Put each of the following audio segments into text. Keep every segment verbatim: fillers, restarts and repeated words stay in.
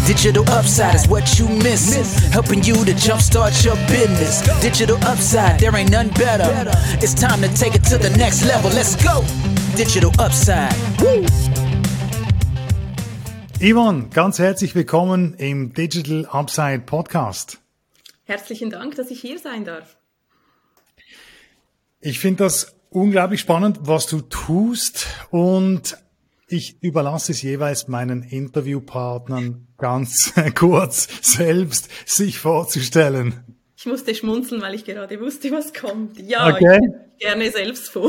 Digital Upside is what you missing. Helping you to jumpstart your business. Digital Upside, there ain't none better. It's time to take it to the next level. Let's go. Digital Upside. Woo. Yvonne, ganz herzlich willkommen im Digital Upside Podcast. Herzlichen Dank, dass ich hier sein darf. Ich finde das unglaublich spannend, was du tust, und ich überlasse es jeweils meinen Interviewpartnern ganz kurz selbst sich vorzustellen. Ich musste schmunzeln, weil ich gerade wusste, was kommt. Ja, okay. Ich gerne selbst vor.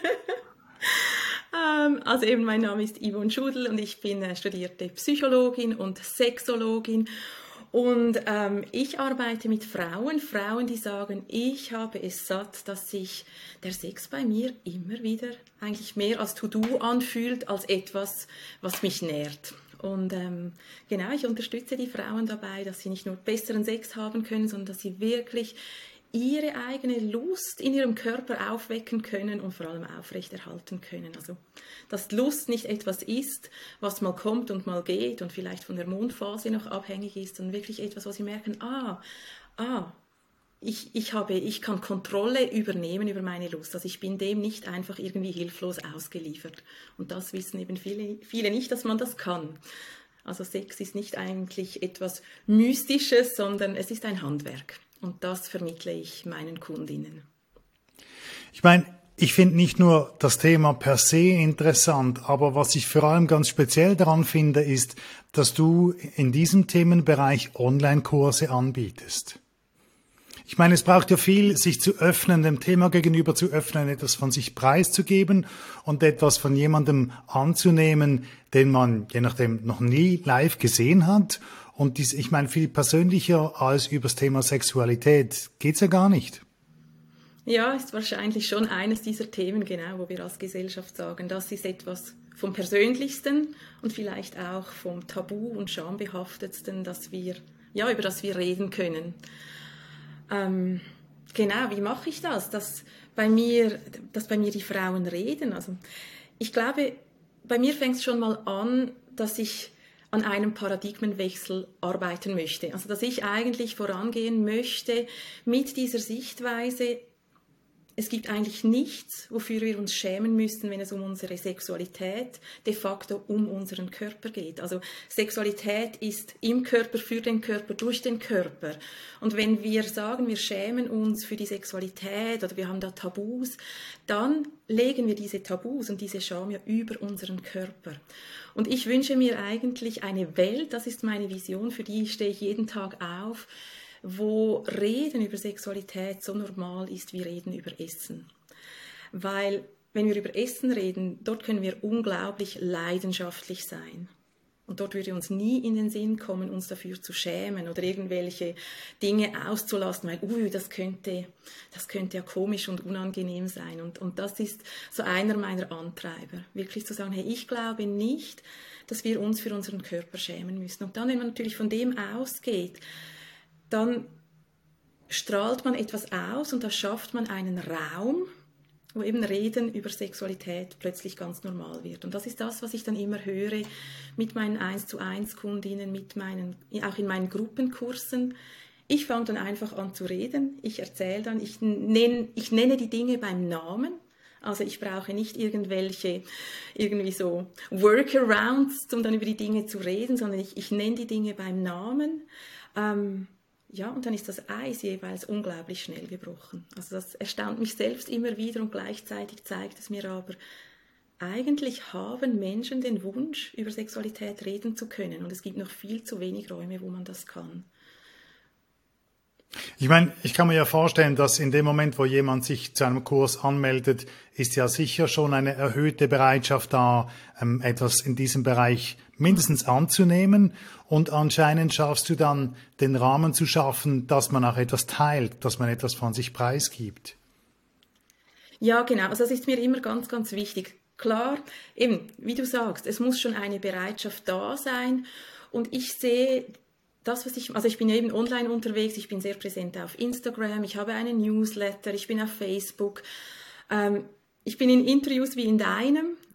Also eben, mein Name ist Yvonne Schudel und ich bin studierte Psychologin und Sexologin. Und ähm, ich arbeite mit Frauen, Frauen, die sagen, ich habe es satt, dass sich der Sex bei mir immer wieder eigentlich mehr als To-Do anfühlt, als etwas, was mich nährt. Und ähm, genau, ich unterstütze die Frauen dabei, dass sie nicht nur besseren Sex haben können, sondern dass sie wirklich ihre eigene Lust in ihrem Körper aufwecken können und vor allem aufrechterhalten können. Also, dass Lust nicht etwas ist, was mal kommt und mal geht und vielleicht von der Mondphase noch abhängig ist, sondern wirklich etwas, wo sie merken, ah, ah, ich, ich habe, ich kann Kontrolle übernehmen über meine Lust. Also ich bin dem nicht einfach irgendwie hilflos ausgeliefert. Und das wissen eben viele, viele nicht, dass man das kann. Also Sex ist nicht eigentlich etwas Mystisches, sondern es ist ein Handwerk. Und das vermittle ich meinen Kundinnen. Ich meine, ich finde nicht nur das Thema per se interessant, aber was ich vor allem ganz speziell daran finde, ist, dass du in diesem Themenbereich Online-Kurse anbietest. Ich meine, es braucht ja viel, sich zu öffnen, dem Thema gegenüber zu öffnen, etwas von sich preiszugeben und etwas von jemandem anzunehmen, den man je nachdem noch nie live gesehen hat. Und dies, ich meine, viel persönlicher als über das Thema Sexualität geht's ja gar nicht. Ja, ist wahrscheinlich schon eines dieser Themen, genau, wo wir als Gesellschaft sagen, das ist etwas vom Persönlichsten und vielleicht auch vom Tabu- und Schambehaftetsten, dass wir, ja, über das wir reden können. Ähm, genau, wie mache ich das? Dass bei mir, dass bei mir die Frauen reden. Also ich glaube, bei mir fängt es schon mal an, dass ich an einem Paradigmenwechsel arbeiten möchte. Also dass ich eigentlich vorangehen möchte mit dieser Sichtweise, es gibt eigentlich nichts, wofür wir uns schämen müssen, wenn es um unsere Sexualität de facto um unseren Körper geht. Also Sexualität ist im Körper, für den Körper, durch den Körper. Und wenn wir sagen, wir schämen uns für die Sexualität oder wir haben da Tabus, dann legen wir diese Tabus und diese Scham ja über unseren Körper. Und ich wünsche mir eigentlich eine Welt, das ist meine Vision, für die stehe ich jeden Tag auf, wo Reden über Sexualität so normal ist wie Reden über Essen. Weil, wenn wir über Essen reden, dort können wir unglaublich leidenschaftlich sein. Und dort würde uns nie in den Sinn kommen, uns dafür zu schämen oder irgendwelche Dinge auszulassen, weil, ui, das könnte, das könnte ja komisch und unangenehm sein. Und, und das ist so einer meiner Antreiber, wirklich zu sagen, hey, ich glaube nicht, dass wir uns für unseren Körper schämen müssen. Und dann, wenn man natürlich von dem ausgeht, dann strahlt man etwas aus und da schafft man einen Raum, wo eben Reden über Sexualität plötzlich ganz normal wird. Und das ist das, was ich dann immer höre mit meinen eins zu eins Kundinnen, mit meinen, auch in meinen Gruppenkursen. Ich fange dann einfach an zu reden, ich erzähle dann, ich nenne, ich nenne die Dinge beim Namen. Also ich brauche nicht irgendwelche, irgendwie so Workarounds, um dann über die Dinge zu reden, sondern ich, ich nenne die Dinge beim Namen. Ähm, Ja, und dann ist das Eis jeweils unglaublich schnell gebrochen. Also das erstaunt mich selbst immer wieder und gleichzeitig zeigt es mir aber, eigentlich haben Menschen den Wunsch, über Sexualität reden zu können. Und es gibt noch viel zu wenig Räume, wo man das kann. Ich meine, ich kann mir ja vorstellen, dass in dem Moment, wo jemand sich zu einem Kurs anmeldet, ist ja sicher schon eine erhöhte Bereitschaft da, ähm, etwas in diesem Bereich mindestens anzunehmen. Und anscheinend schaffst du dann, den Rahmen zu schaffen, dass man auch etwas teilt, dass man etwas von sich preisgibt. Ja, genau. Also das ist mir immer ganz, ganz wichtig. Klar, eben, wie du sagst, es muss schon eine Bereitschaft da sein. Und ich sehe das, was ich, also ich bin ja eben online unterwegs, ich bin sehr präsent auf Instagram, ich habe einen Newsletter, ich bin auf Facebook, ähm, ich bin in Interviews wie in deinem.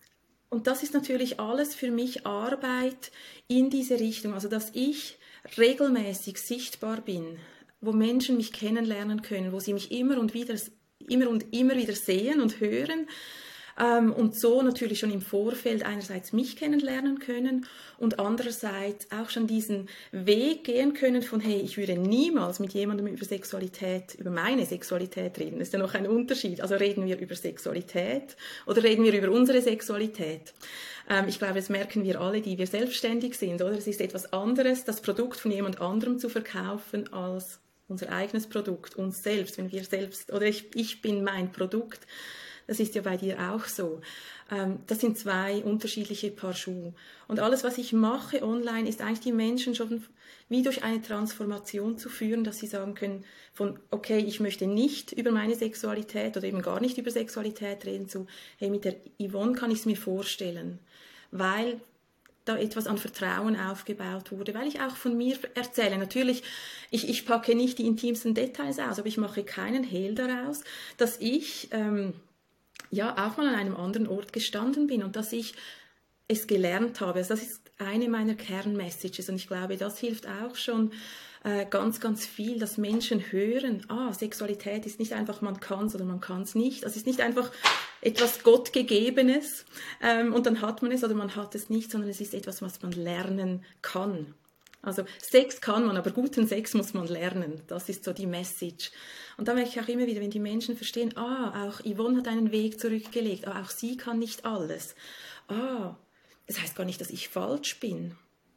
Und das ist natürlich alles für mich Arbeit in diese Richtung, also dass ich regelmäßig sichtbar bin, wo Menschen mich kennenlernen können, wo sie mich immer und wieder, immer und immer wieder sehen und hören, ähm, und so natürlich schon im Vorfeld einerseits mich kennenlernen können und andererseits auch schon diesen Weg gehen können von, hey, ich würde niemals mit jemandem über Sexualität, über meine Sexualität reden. Das ist ja noch ein Unterschied. Also reden wir über Sexualität oder reden wir über unsere Sexualität? Ähm, ich glaube, das merken wir alle, die wir selbstständig sind, oder? Es ist etwas anderes, das Produkt von jemand anderem zu verkaufen als unser eigenes Produkt, uns selbst, wenn wir selbst, oder ich, ich bin mein Produkt. Das ist ja bei dir auch so. Das sind zwei unterschiedliche Paar Schuhe. Und alles, was ich mache online, ist eigentlich die Menschen schon wie durch eine Transformation zu führen, dass sie sagen können, von, okay, ich möchte nicht über meine Sexualität oder eben gar nicht über Sexualität reden, zu, hey, mit der Yvonne kann ich es mir vorstellen, weil da etwas an Vertrauen aufgebaut wurde, weil ich auch von mir erzähle. Natürlich, ich, ich packe nicht die intimsten Details aus, aber ich mache keinen Hehl daraus, dass ich ähm, ja auch mal an einem anderen Ort gestanden bin und dass ich es gelernt habe. Also das ist eine meiner Kernmessages und ich glaube, das hilft auch schon äh, ganz, ganz viel, dass Menschen hören, ah, Sexualität ist nicht einfach, man kann es oder man kann es nicht. Es ist nicht einfach etwas Gottgegebenes ähm, und dann hat man es oder man hat es nicht, sondern es ist etwas, was man lernen kann. Also Sex kann man, aber guten Sex muss man lernen. Das ist so die Message. Und da merke ich auch immer wieder, wenn die Menschen verstehen, ah, auch Yvonne hat einen Weg zurückgelegt, ah, auch sie kann nicht alles. Ah, das heißt gar nicht, dass ich falsch bin.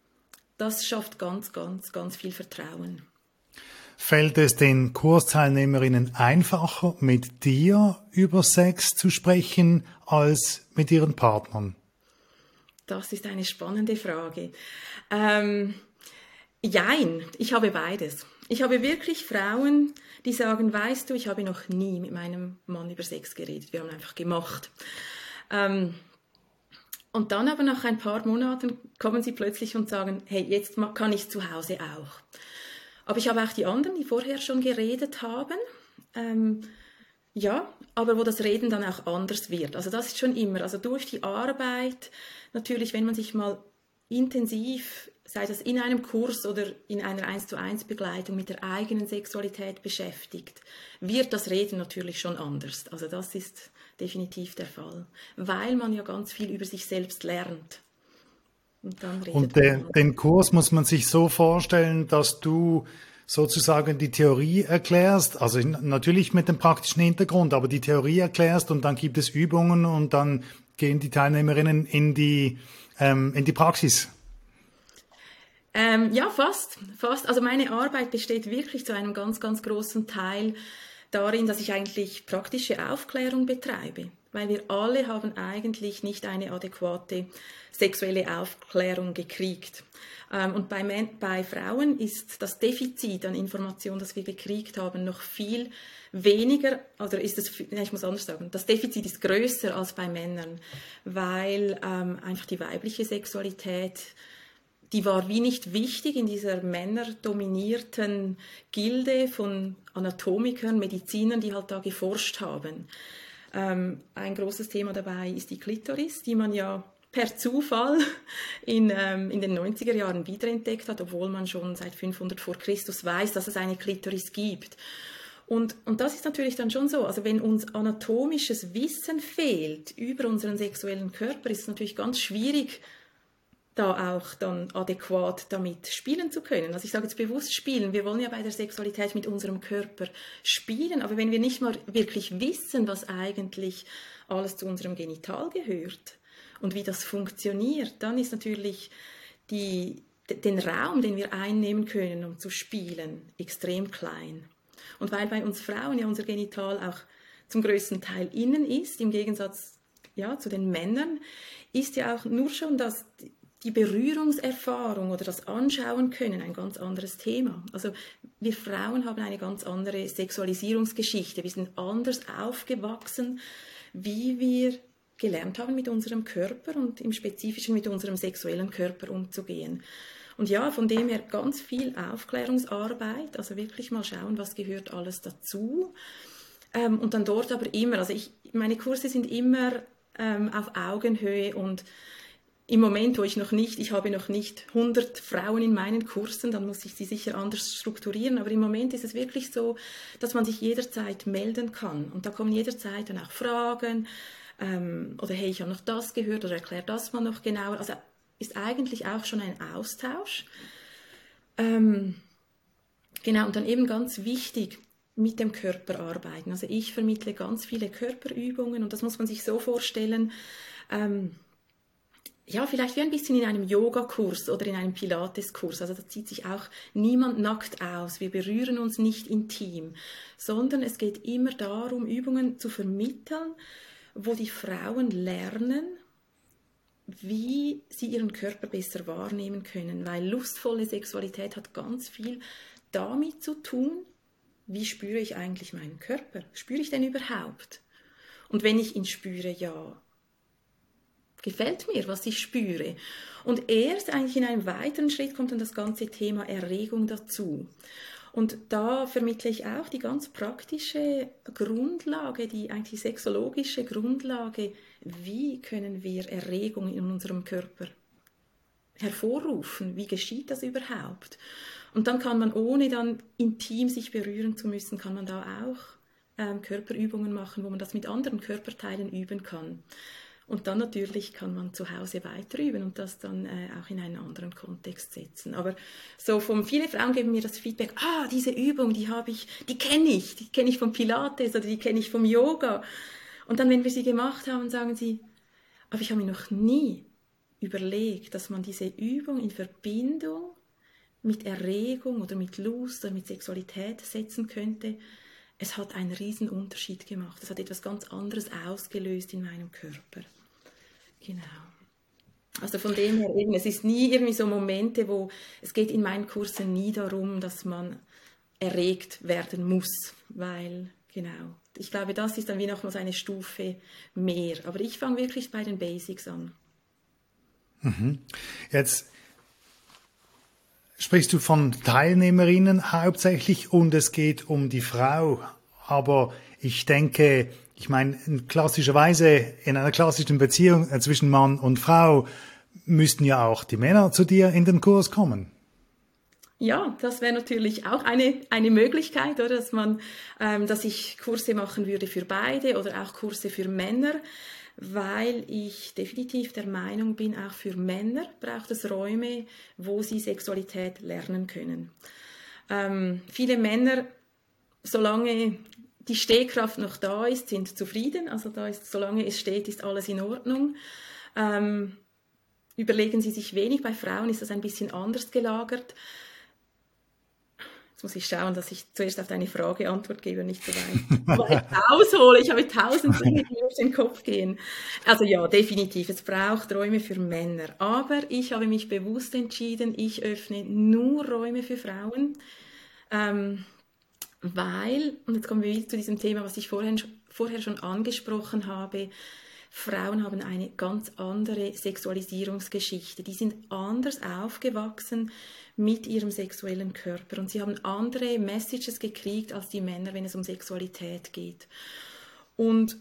Das schafft ganz, ganz, ganz viel Vertrauen. Fällt es den Kursteilnehmerinnen einfacher, mit dir über Sex zu sprechen, als mit ihren Partnern? Das ist eine spannende Frage. Ähm, Jein, ich habe beides. Ich habe wirklich Frauen, die sagen, weißt du, ich habe noch nie mit meinem Mann über Sex geredet. Wir haben einfach gemacht. Ähm, und dann aber nach ein paar Monaten kommen sie plötzlich und sagen, hey, jetzt kann ich zu Hause auch. Aber ich habe auch die anderen, die vorher schon geredet haben, ähm, ja, aber wo das Reden dann auch anders wird. Also das ist schon immer, also durch die Arbeit, natürlich, wenn man sich mal intensiv, sei das in einem Kurs oder in einer eins zu eins Begleitung mit der eigenen Sexualität beschäftigt, wird das Reden natürlich schon anders. Also das ist definitiv der Fall, weil man ja ganz viel über sich selbst lernt. Und, dann redet Und den, den Kurs muss man sich so vorstellen, dass du sozusagen die Theorie erklärst, also natürlich mit dem praktischen Hintergrund, aber die Theorie erklärst und dann gibt es Übungen und dann gehen die Teilnehmerinnen in die, ähm, in die Praxis. Ähm, ja, fast, fast. Also meine Arbeit besteht wirklich zu einem ganz, ganz großen Teil darin, dass ich eigentlich praktische Aufklärung betreibe, weil wir alle haben eigentlich nicht eine adäquate sexuelle Aufklärung gekriegt. Ähm, und bei, Men- bei Frauen ist das Defizit an Information, das wir gekriegt haben, noch viel weniger, oder ist es, ich muss anders sagen, das Defizit ist größer als bei Männern, weil ähm, einfach die weibliche Sexualität, die war wie nicht wichtig in dieser männerdominierten Gilde von Anatomikern, Medizinern, die halt da geforscht haben. Ähm, ein großes Thema dabei ist die Klitoris, die man ja per Zufall in, ähm, in den neunziger Jahren wiederentdeckt hat, obwohl man schon seit fünfhundert vor Christus weiß, dass es eine Klitoris gibt. Und, und das ist natürlich dann schon so, also wenn uns anatomisches Wissen fehlt über unseren sexuellen Körper, ist es natürlich ganz schwierig, da auch dann adäquat damit spielen zu können. Also ich sage jetzt bewusst spielen. Wir wollen ja bei der Sexualität mit unserem Körper spielen, aber wenn wir nicht mal wirklich wissen, was eigentlich alles zu unserem Genital gehört und wie das funktioniert, dann ist natürlich die, den Raum, den wir einnehmen können, um zu spielen, extrem klein. Und weil bei uns Frauen ja unser Genital auch zum größten Teil innen ist, im Gegensatz ja, zu den Männern, ist ja auch nur schon das die Berührungserfahrung oder das Anschauen können ein ganz anderes Thema. Also wir Frauen haben eine ganz andere Sexualisierungsgeschichte. Wir sind anders aufgewachsen, wie wir gelernt haben, mit unserem Körper und im Spezifischen mit unserem sexuellen Körper umzugehen. Und ja, von dem her ganz viel Aufklärungsarbeit, also wirklich mal schauen, was gehört alles dazu. Ähm, und dann dort aber immer, also ich, meine Kurse sind immer ähm, auf Augenhöhe. Und im Moment, wo ich noch nicht, ich habe noch nicht hundert Frauen in meinen Kursen, dann muss ich sie sicher anders strukturieren, aber im Moment ist es wirklich so, dass man sich jederzeit melden kann. Und da kommen jederzeit dann auch Fragen, ähm, oder hey, ich habe noch das gehört, oder erklär das mal noch genauer. Also ist eigentlich auch schon ein Austausch. Ähm, genau, und dann eben ganz wichtig, mit dem Körper arbeiten. Also ich vermittle ganz viele Körperübungen und das muss man sich so vorstellen, ähm, ja, vielleicht wie ein bisschen in einem Yogakurs oder in einem Pilateskurs. Also da zieht sich auch niemand nackt aus. Wir berühren uns nicht intim, sondern es geht immer darum, Übungen zu vermitteln, wo die Frauen lernen, wie sie ihren Körper besser wahrnehmen können. Weil lustvolle Sexualität hat ganz viel damit zu tun, wie spüre ich eigentlich meinen Körper? Spüre ich den überhaupt? Und wenn ich ihn spüre, ja, gefällt mir, was ich spüre. Und erst eigentlich in einem weiteren Schritt kommt dann das ganze Thema Erregung dazu. Und da vermittle ich auch die ganz praktische Grundlage, die eigentlich sexologische Grundlage, wie können wir Erregung in unserem Körper hervorrufen, wie geschieht das überhaupt? Und dann kann man, ohne dann intim sich berühren zu müssen, kann man da auch ähm, Körperübungen machen, wo man das mit anderen Körperteilen üben kann. Und dann natürlich kann man zu Hause weiter üben und das dann äh, auch in einen anderen Kontext setzen. Aber so von, viele Frauen geben mir das Feedback, ah, diese Übung, die habe ich, die kenne ich, die kenne ich vom Pilates oder die kenne ich vom Yoga. Und dann, wenn wir sie gemacht haben, sagen sie, aber ich habe mir noch nie überlegt, dass man diese Übung in Verbindung mit Erregung oder mit Lust oder mit Sexualität setzen könnte. Es hat einen riesen Unterschied gemacht. Es hat etwas ganz anderes ausgelöst in meinem Körper. Genau. Also von dem her eben, es ist nie irgendwie so Momente, wo, es geht in meinen Kursen nie darum, dass man erregt werden muss, weil, genau, ich glaube, das ist dann wie nochmals eine Stufe mehr. Aber ich fange wirklich bei den Basics an. Mhm. Jetzt sprichst du von Teilnehmerinnen hauptsächlich und es geht um die Frau. Aber ich denke, ich meine, klassischerweise in einer klassischen Beziehung zwischen Mann und Frau müssten ja auch die Männer zu dir in den Kurs kommen. Ja, das wäre natürlich auch eine, eine Möglichkeit, oder, dass man, ähm, dass ich Kurse machen würde für beide oder auch Kurse für Männer. Weil ich definitiv der Meinung bin, auch für Männer braucht es Räume, wo sie Sexualität lernen können. Ähm, viele Männer, solange die Stehkraft noch da ist, sind zufrieden. Also da ist, solange es steht, ist alles in Ordnung. Ähm, überlegen sie sich wenig. Bei Frauen ist das ein bisschen anders gelagert. Jetzt muss ich schauen, dass ich zuerst auf deine Frage Antwort gebe und nicht so weit, weit aushole. Ich habe tausend Dinge, die mir durch den Kopf gehen. Also ja, definitiv, es braucht Räume für Männer. Aber ich habe mich bewusst entschieden, ich öffne nur Räume für Frauen, ähm, weil, und jetzt kommen wir wieder zu diesem Thema, was ich vorhin, vorher schon angesprochen habe, Frauen haben eine ganz andere Sexualisierungsgeschichte. Die sind anders aufgewachsen mit ihrem sexuellen Körper und sie haben andere Messages gekriegt als die Männer, wenn es um Sexualität geht. Und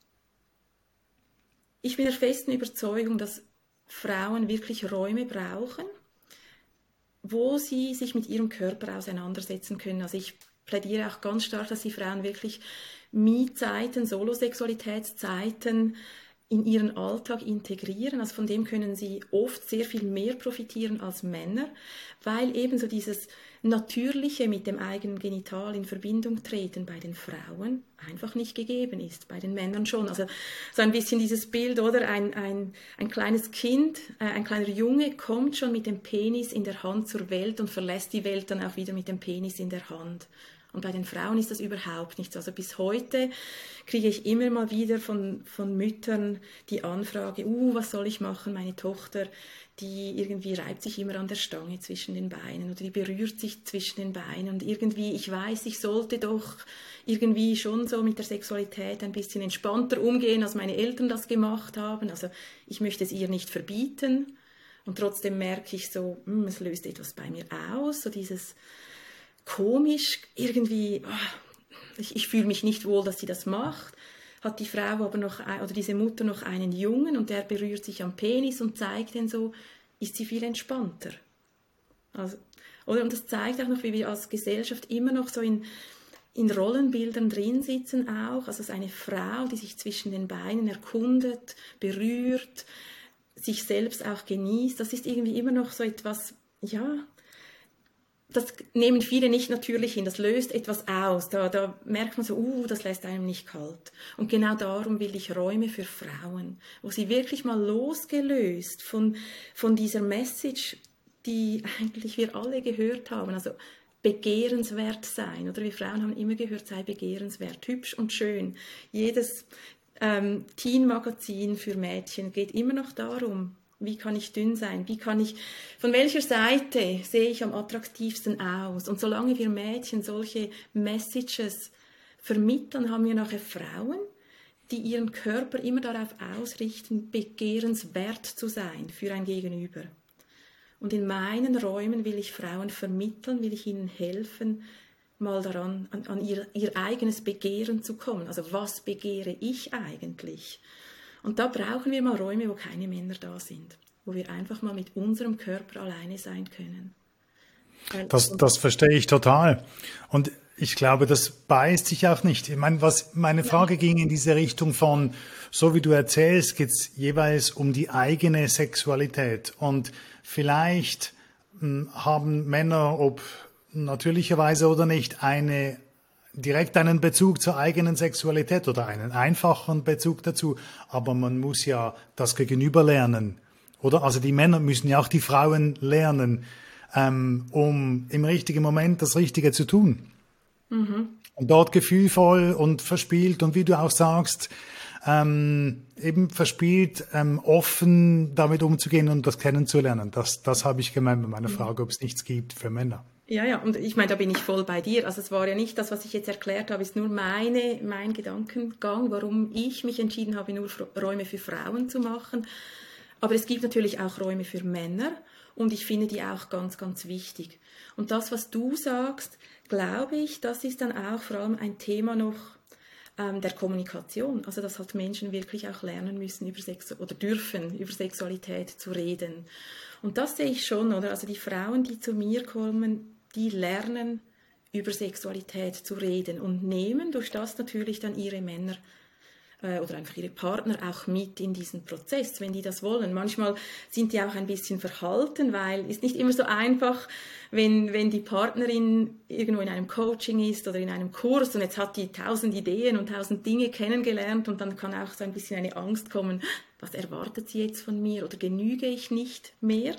ich bin der festen Überzeugung, dass Frauen wirklich Räume brauchen, wo sie sich mit ihrem Körper auseinandersetzen können. Also ich plädiere auch ganz stark, dass die Frauen wirklich Me-Zeiten, Solosexualitätszeiten in ihren Alltag integrieren. Also von dem können sie oft sehr viel mehr profitieren als Männer, weil eben so dieses Natürliche mit dem eigenen Genital in Verbindung treten bei den Frauen einfach nicht gegeben ist, bei den Männern schon. Also so ein bisschen dieses Bild, oder? Ein, ein, ein kleines Kind, äh, ein kleiner Junge kommt schon mit dem Penis in der Hand zur Welt und verlässt die Welt dann auch wieder mit dem Penis in der Hand. Und bei den Frauen ist das überhaupt nicht so. Also bis heute kriege ich immer mal wieder von, von Müttern die Anfrage, uh, was soll ich machen, meine Tochter, die irgendwie reibt sich immer an der Stange zwischen den Beinen oder die berührt sich zwischen den Beinen und irgendwie, ich weiß, ich sollte doch irgendwie schon so mit der Sexualität ein bisschen entspannter umgehen, als meine Eltern das gemacht haben. Also ich möchte es ihr nicht verbieten und trotzdem merke ich so, mh, es löst etwas bei mir aus, so dieses komisch, irgendwie, oh, ich, ich fühle mich nicht wohl, dass sie das macht. hat die Frau aber noch, oder diese Mutter noch einen Jungen und der berührt sich am Penis und zeigt den so, ist sie viel entspannter. Also, oder, und das zeigt auch noch, wie wir als Gesellschaft immer noch so in, in Rollenbildern drin sitzen auch. Also es ist eine Frau, die sich zwischen den Beinen erkundet, berührt, sich selbst auch genießt. Das ist irgendwie immer noch so etwas, ja, das nehmen viele nicht natürlich hin, das löst etwas aus. Da, da merkt man so, uh, das lässt einem nicht kalt. Und genau darum will ich Räume für Frauen, wo sie wirklich mal losgelöst von, von dieser Message, die eigentlich wir alle gehört haben, also begehrenswert sein, oder wir Frauen haben immer gehört, sei begehrenswert, hübsch und schön. Jedes ähm, Teen-Magazin für Mädchen geht immer noch darum, wie kann ich dünn sein, wie kann ich, von welcher Seite sehe ich am attraktivsten aus. Und solange wir Mädchen solche Messages vermitteln, haben wir nachher Frauen, die ihren Körper immer darauf ausrichten, begehrenswert zu sein für ein Gegenüber. Und in meinen Räumen will ich Frauen vermitteln, will ich ihnen helfen, mal daran, an, an ihr, ihr eigenes Begehren zu kommen. Also was begehre ich eigentlich? Und da brauchen wir mal Räume, wo keine Männer da sind, wo wir einfach mal mit unserem Körper alleine sein können. Weil, das, das verstehe ich total. Und ich glaube, das beißt sich auch nicht. Ich meine, was meine Frage ja. ging in diese Richtung von, so wie du erzählst, geht es jeweils um die eigene Sexualität. Und vielleicht mh, haben Männer, ob natürlicherweise oder nicht, eine direkt einen Bezug zur eigenen Sexualität oder einen einfachen Bezug dazu. Aber man muss ja das Gegenüber lernen, oder? Also die Männer müssen ja auch die Frauen lernen, ähm, um im richtigen Moment das Richtige zu tun. Mhm. Und dort gefühlvoll und verspielt und wie du auch sagst, ähm, eben verspielt, ähm, offen damit umzugehen und das kennenzulernen. Das, das habe ich gemeint mit meiner Frage, ob es nichts gibt für Männer. Ja, ja, und ich meine, da bin ich voll bei dir. Also es war ja nicht das, was ich jetzt erklärt habe, ist nur meine, mein Gedankengang, warum ich mich entschieden habe, nur Räume für Frauen zu machen. Aber es gibt natürlich auch Räume für Männer und ich finde die auch ganz, ganz wichtig. Und das, was du sagst, glaube ich, das ist dann auch vor allem ein Thema noch ähm, der Kommunikation. Also dass halt Menschen wirklich auch lernen müssen über Sex oder dürfen, über Sexualität zu reden. Und das sehe ich schon, oder? Also die Frauen, die zu mir kommen, die lernen, über Sexualität zu reden und nehmen durch das natürlich dann ihre Männer äh, oder einfach ihre Partner auch mit in diesen Prozess, wenn die das wollen. Manchmal sind die auch ein bisschen verhalten, weil es ist nicht immer so einfach, wenn, wenn die Partnerin irgendwo in einem Coaching ist oder in einem Kurs und jetzt hat die tausend Ideen und tausend Dinge kennengelernt und dann kann auch so ein bisschen eine Angst kommen, was erwartet sie jetzt von mir oder genüge ich nicht mehr?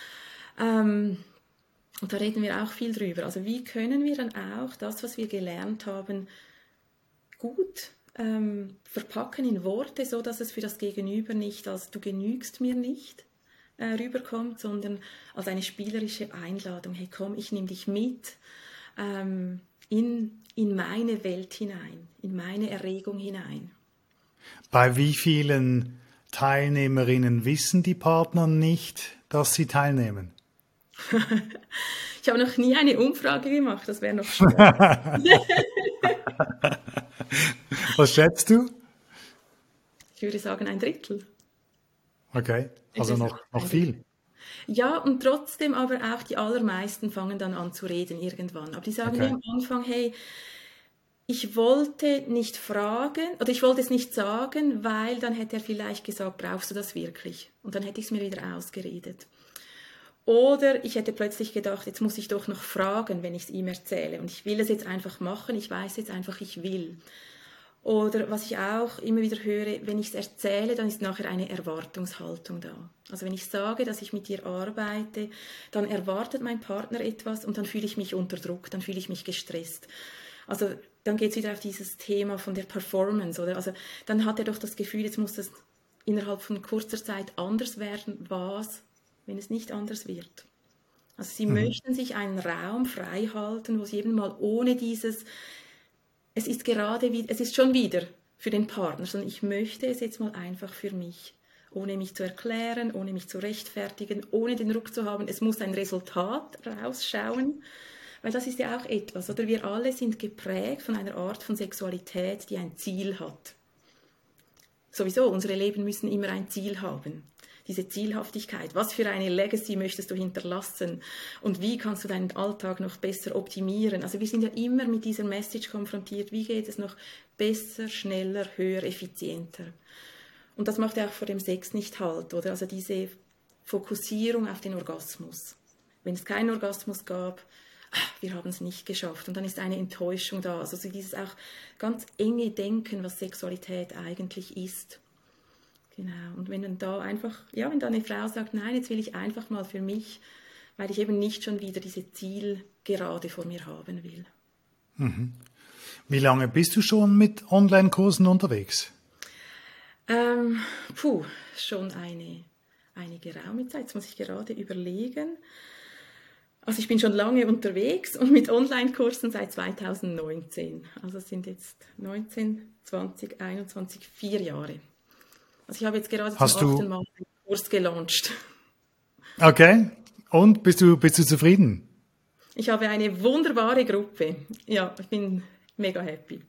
Ähm, Und da reden wir auch viel drüber. Also wie können wir dann auch das, was wir gelernt haben, gut ähm, verpacken in Worte, so dass es für das Gegenüber nicht als du genügst mir nicht äh, rüberkommt, sondern als eine spielerische Einladung. Hey, komm, ich nehme dich mit ähm, in, in meine Welt hinein, in meine Erregung hinein. Bei wie vielen Teilnehmerinnen wissen die Partner nicht, dass sie teilnehmen? Ich habe noch nie eine Umfrage gemacht, das wäre noch schwer. Was schätzt du? Ich würde sagen ein Drittel. Okay, also noch, noch viel. Ja, und trotzdem aber auch die allermeisten fangen dann an zu reden irgendwann. Aber die sagen okay. mir am Anfang, hey, ich wollte nicht fragen oder ich wollte es nicht sagen, weil dann hätte er vielleicht gesagt, brauchst du das wirklich? Und dann hätte ich es mir wieder ausgeredet. Oder ich hätte plötzlich gedacht, jetzt muss ich doch noch fragen, wenn ich es ihm erzähle. Und ich will es jetzt einfach machen, ich weiß jetzt einfach, ich will. Oder was ich auch immer wieder höre, wenn ich es erzähle, dann ist nachher eine Erwartungshaltung da. Also wenn ich sage, dass ich mit dir arbeite, dann erwartet mein Partner etwas und dann fühle ich mich unter Druck, dann fühle ich mich gestresst. Also dann geht es wieder auf dieses Thema von der Performance, oder? Also dann hat er doch das Gefühl, jetzt muss das innerhalb von kurzer Zeit anders werden. Was, wenn es nicht anders wird? Also sie mhm. möchten sich einen Raum frei halten, wo sie eben mal ohne dieses, es ist gerade wie, es ist schon wieder für den Partner, sondern ich möchte es jetzt mal einfach für mich, ohne mich zu erklären, ohne mich zu rechtfertigen, ohne den Druck zu haben, es muss ein Resultat rausschauen, weil das ist ja auch etwas, oder wir alle sind geprägt von einer Art von Sexualität, die ein Ziel hat. sowieso, unsere Leben müssen immer ein Ziel haben. Diese Zielhaftigkeit, was für eine Legacy möchtest du hinterlassen und wie kannst du deinen Alltag noch besser optimieren? Also wir sind ja immer mit dieser Message konfrontiert, wie geht es noch besser, schneller, höher, effizienter? Und das macht ja auch vor dem Sex nicht halt, oder? Also diese Fokussierung auf den Orgasmus. Wenn es keinen Orgasmus gab, ach, wir haben es nicht geschafft und dann ist eine Enttäuschung da. Also dieses auch ganz enge Denken, was Sexualität eigentlich ist. Genau. Und wenn dann da einfach, ja, wenn da eine Frau sagt, nein, jetzt will ich einfach mal für mich, weil ich eben nicht schon wieder diese Zielgerade vor mir haben will. Mhm. Wie lange bist du schon mit Online-Kursen unterwegs? Ähm, puh, schon eine, eine geraume Zeit. Jetzt muss ich gerade überlegen. Also ich bin schon lange unterwegs und mit Online-Kursen seit zweitausendneunzehn. Also es sind jetzt neunzehn, zwanzig, einundzwanzig, vier Jahre. Also ich habe jetzt gerade Hast zum du... achten Mal einen Kurs gelauncht. Okay. Und bist du, bist du zufrieden? Ich habe eine wunderbare Gruppe. Ja, ich bin mega happy.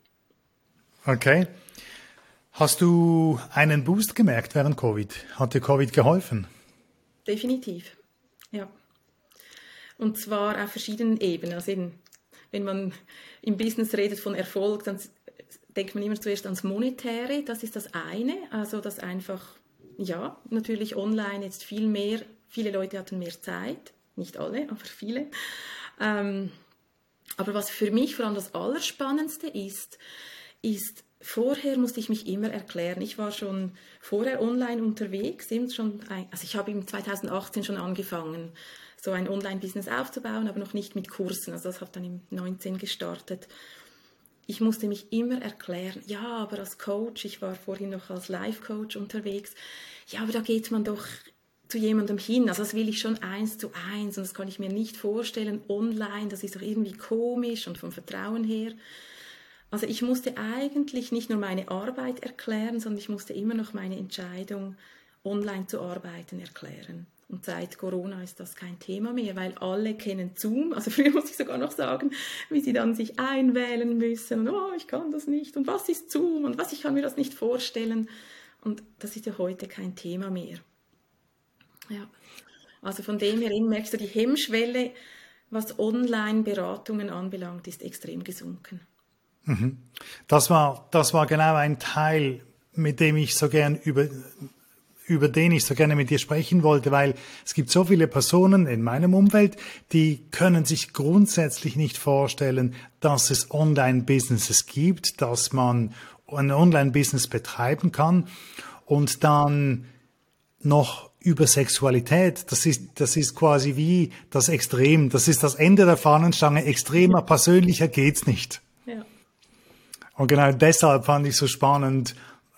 Okay. Hast du einen Boost gemerkt während Covid? Hat dir Covid geholfen? Definitiv, ja. Und zwar auf verschiedenen Ebenen. Also eben, wenn man im Business redet von Erfolg, dann denkt man immer zuerst ans Monetäre, das ist das eine, also dass einfach, ja, natürlich online jetzt viel mehr, viele Leute hatten mehr Zeit, nicht alle, aber viele. Ähm, aber was für mich vor allem das Allerspannendste ist, ist, vorher musste ich mich immer erklären. Ich war schon vorher online unterwegs, eben schon, also ich habe im zweitausendachtzehn schon angefangen, so ein Online-Business aufzubauen, aber noch nicht mit Kursen, also das hat dann im neunzehn gestartet. Ich musste mich immer erklären, ja, aber als Coach, ich war vorhin noch als Life-Coach unterwegs, ja, aber da geht man doch zu jemandem hin, also das will ich schon eins zu eins und das kann ich mir nicht vorstellen, online, das ist doch irgendwie komisch und vom Vertrauen her. Also ich musste eigentlich nicht nur meine Arbeit erklären, sondern ich musste immer noch meine Entscheidung, online zu arbeiten, erklären. Und seit Corona ist das kein Thema mehr, weil alle kennen Zoom. Also früher muss ich sogar noch sagen, wie sie dann sich einwählen müssen. Und, oh, ich kann das nicht. Und was ist Zoom? Und was, ich kann mir das nicht vorstellen. Und das ist ja heute kein Thema mehr. Ja. Also von dem her merkst du, die Hemmschwelle, was Online-Beratungen anbelangt, ist extrem gesunken. Mhm. Das war, das war genau ein Teil, mit dem ich so gern über... über den ich so gerne mit dir sprechen wollte, weil es gibt so viele Personen in meinem Umfeld, die können sich grundsätzlich nicht vorstellen, dass es Online-Businesses gibt, dass man ein Online-Business betreiben kann und dann noch über Sexualität. Das ist, das ist quasi wie das Extrem. Das ist das Ende der Fahnenstange. Extremer, persönlicher geht's nicht. Ja. Und genau deshalb fand ich so spannend,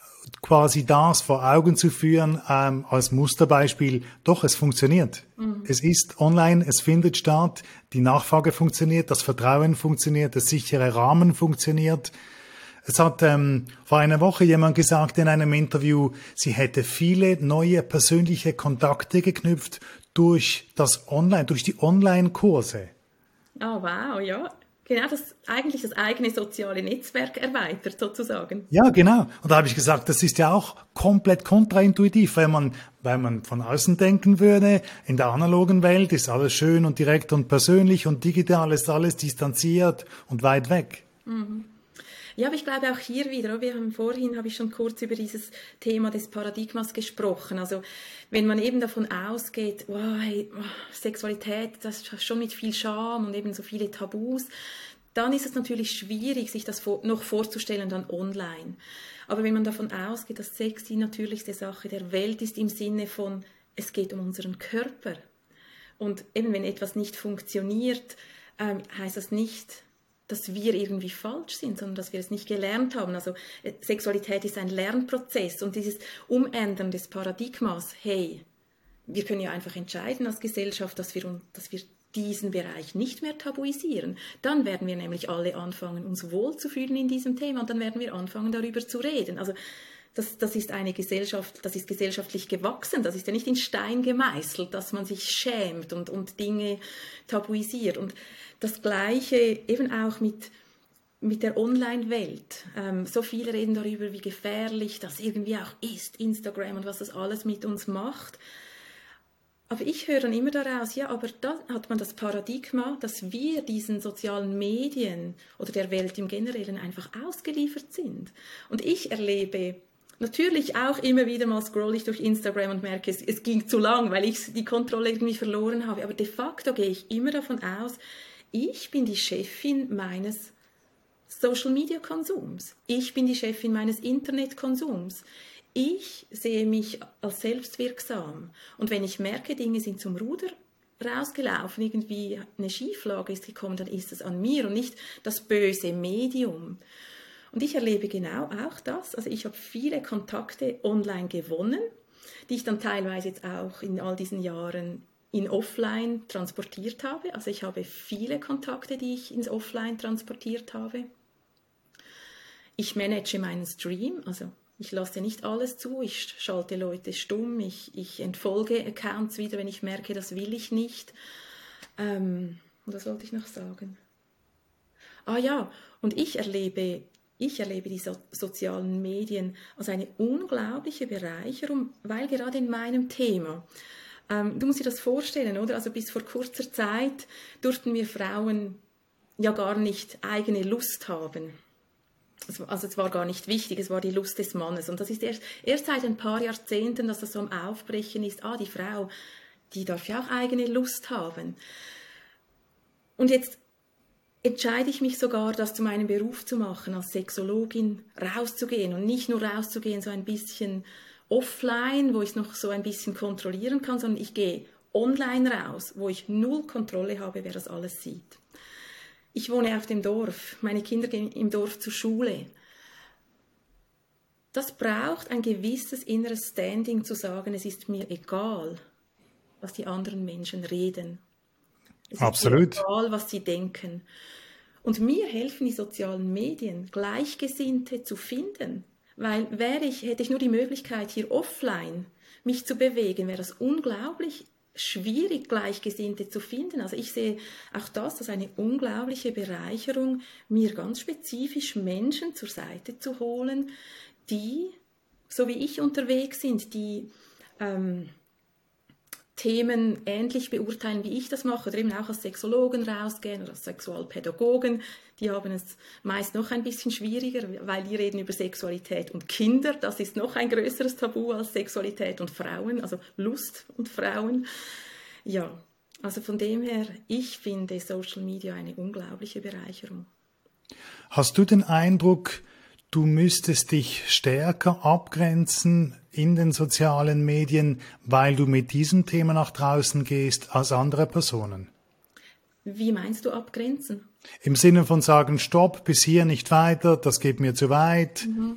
quasi das vor Augen zu führen, ähm, als Musterbeispiel, doch, es funktioniert. Mhm. Es ist online, es findet statt, die Nachfrage funktioniert, das Vertrauen funktioniert, der sichere Rahmen funktioniert. Es hat ähm, vor einer Woche jemand gesagt in einem Interview, sie hätte viele neue persönliche Kontakte geknüpft durch das Online, durch die Online-Kurse. Oh, wow, ja. Genau, das eigentlich das eigene soziale Netzwerk erweitert, sozusagen. Ja, genau. Und da habe ich gesagt, das ist ja auch komplett kontraintuitiv, wenn man, wenn man von außen denken würde, in der analogen Welt ist alles schön und direkt und persönlich und digital ist alles distanziert und weit weg. Mhm. Ja, aber ich glaube auch hier wieder, wir haben vorhin, habe ich schon kurz über dieses Thema des Paradigmas gesprochen. Also wenn man eben davon ausgeht, wow, hey, Sexualität, das ist schon mit viel Scham und eben so viele Tabus, dann ist es natürlich schwierig, sich das noch vorzustellen dann online. Aber wenn man davon ausgeht, dass Sex die natürlichste Sache der Welt ist, im Sinne von, es geht um unseren Körper. Und eben wenn etwas nicht funktioniert, ähm, heißt das nicht, dass wir irgendwie falsch sind, sondern dass wir es nicht gelernt haben. Also Sexualität ist ein Lernprozess und dieses Umändern des Paradigmas, hey, wir können ja einfach entscheiden als Gesellschaft, dass wir, dass wir diesen Bereich nicht mehr tabuisieren. Dann werden wir nämlich alle anfangen, uns wohlzufühlen in diesem Thema und dann werden wir anfangen, darüber zu reden. Also das, das ist eine Gesellschaft, das ist gesellschaftlich gewachsen, das ist ja nicht in Stein gemeißelt, dass man sich schämt und, und Dinge tabuisiert. Und das Gleiche eben auch mit, mit der Online-Welt. Ähm, so viele reden darüber, wie gefährlich das irgendwie auch ist, Instagram und was das alles mit uns macht. Aber ich höre dann immer daraus, ja, aber da hat man das Paradigma, dass wir diesen sozialen Medien oder der Welt im Generellen einfach ausgeliefert sind. Und ich erlebe natürlich auch immer wieder mal scroll ich durch Instagram und merke, es, es ging zu lang, weil ich die Kontrolle irgendwie verloren habe. Aber de facto gehe ich immer davon aus, ich bin die Chefin meines Social-Media-Konsums. Ich bin die Chefin meines Internetkonsums. Ich sehe mich als selbstwirksam. Und wenn ich merke, Dinge sind zum Ruder rausgelaufen, irgendwie eine Schieflage ist gekommen, dann ist es an mir und nicht das böse Medium. Und ich erlebe genau auch das. Also ich habe viele Kontakte online gewonnen, die ich dann teilweise jetzt auch in all diesen Jahren in Offline transportiert habe. Also ich habe viele Kontakte, die ich ins Offline transportiert habe. Ich manage meinen Stream, also ich lasse nicht alles zu, ich schalte Leute stumm, ich, ich entfolge Accounts wieder, wenn ich merke, das will ich nicht. Ähm, was wollte ich noch sagen? Ah ja, und ich erlebe, ich erlebe die so- sozialen Medien als eine unglaubliche Bereicherung, weil gerade in meinem Thema, ähm, du musst dir das vorstellen, oder? Also bis vor kurzer Zeit durften wir Frauen ja gar nicht eigene Lust haben. Also es war gar nicht wichtig, es war die Lust des Mannes. Und das ist erst, erst seit ein paar Jahrzehnten, dass das so am Aufbrechen ist. Ah, die Frau, die darf ja auch eigene Lust haben. Und jetzt entscheide ich mich sogar, das zu meinem Beruf zu machen, als Sexologin rauszugehen. Und nicht nur rauszugehen, so ein bisschen offline, wo ich es noch so ein bisschen kontrollieren kann, sondern ich gehe online raus, wo ich null Kontrolle habe, wer das alles sieht. Ich wohne auf dem Dorf, meine Kinder gehen im Dorf zur Schule. Das braucht ein gewisses inneres Standing, zu sagen, es ist mir egal, was die anderen Menschen reden. Es Absolut. ist mir egal, was sie denken. Und mir helfen die sozialen Medien, Gleichgesinnte zu finden. Weil wäre ich, hätte ich nur die Möglichkeit, hier offline mich zu bewegen, wäre das unglaublich schwierig, Gleichgesinnte zu finden. Also ich sehe auch das als eine unglaubliche Bereicherung, mir ganz spezifisch Menschen zur Seite zu holen, die, so wie ich unterwegs sind, die ähm, Themen ähnlich beurteilen, wie ich das mache, oder eben auch als Sexologen rausgehen oder als Sexualpädagogen. Die haben es meist noch ein bisschen schwieriger, weil die reden über Sexualität und Kinder. Das ist noch ein größeres Tabu als Sexualität und Frauen, also Lust und Frauen. Ja, also von dem her, ich finde Social Media eine unglaubliche Bereicherung. Hast du den Eindruck, du müsstest dich stärker abgrenzen in den sozialen Medien, weil du mit diesem Thema nach draußen gehst als andere Personen? Wie meinst du abgrenzen? Im Sinne von sagen, stopp, bis hier nicht weiter, das geht mir zu weit. Mhm.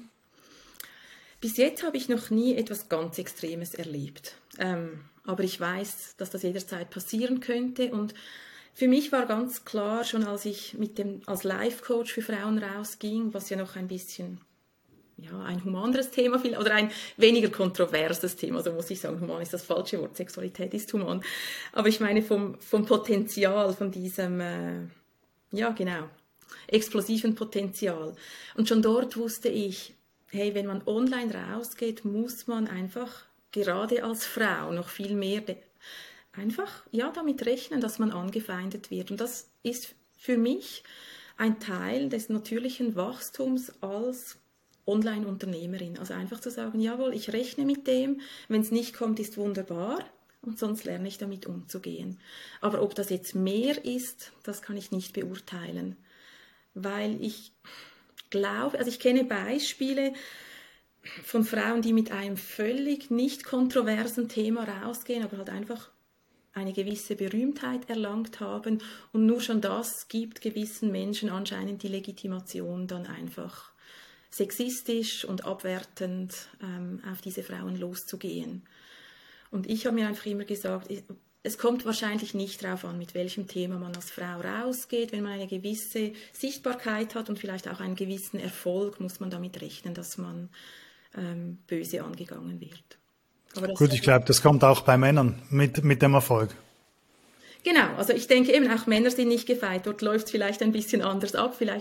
Bis jetzt habe ich noch nie etwas ganz Extremes erlebt. Ähm, aber ich weiß, dass das jederzeit passieren könnte. Und für mich war ganz klar, schon als ich mit dem, als Life-Coach für Frauen rausging, was ja noch ein bisschen, ja, ein humaneres Thema, oder ein weniger kontroverses Thema, so muss ich sagen, human ist das falsche Wort, Sexualität ist human. Aber ich meine vom, vom Potenzial, von diesem, äh, ja genau, explosiven Potenzial. Und schon dort wusste ich, hey, wenn man online rausgeht, muss man einfach, gerade als Frau, noch viel mehr de- einfach ja, damit rechnen, dass man angefeindet wird. Und das ist für mich ein Teil des natürlichen Wachstums als Online-Unternehmerin. Also einfach zu sagen, jawohl, ich rechne mit dem, wenn es nicht kommt, ist wunderbar und sonst lerne ich damit umzugehen. Aber ob das jetzt mehr ist, das kann ich nicht beurteilen, weil ich glaube, also ich kenne Beispiele von Frauen, die mit einem völlig nicht kontroversen Thema rausgehen, aber halt einfach eine gewisse Berühmtheit erlangt haben und nur schon das gibt gewissen Menschen anscheinend die Legitimation, dann einfach sexistisch und abwertend ähm, auf diese Frauen loszugehen. Und ich habe mir einfach immer gesagt, es kommt wahrscheinlich nicht darauf an, mit welchem Thema man als Frau rausgeht. Wenn man eine gewisse Sichtbarkeit hat und vielleicht auch einen gewissen Erfolg, muss man damit rechnen, dass man ähm, böse angegangen wird. Gut, ich glaube, das kommt auch bei Männern mit, mit dem Erfolg. Genau, also ich denke eben, auch Männer sind nicht gefeit. Dort läuft es vielleicht ein bisschen anders ab. Vielleicht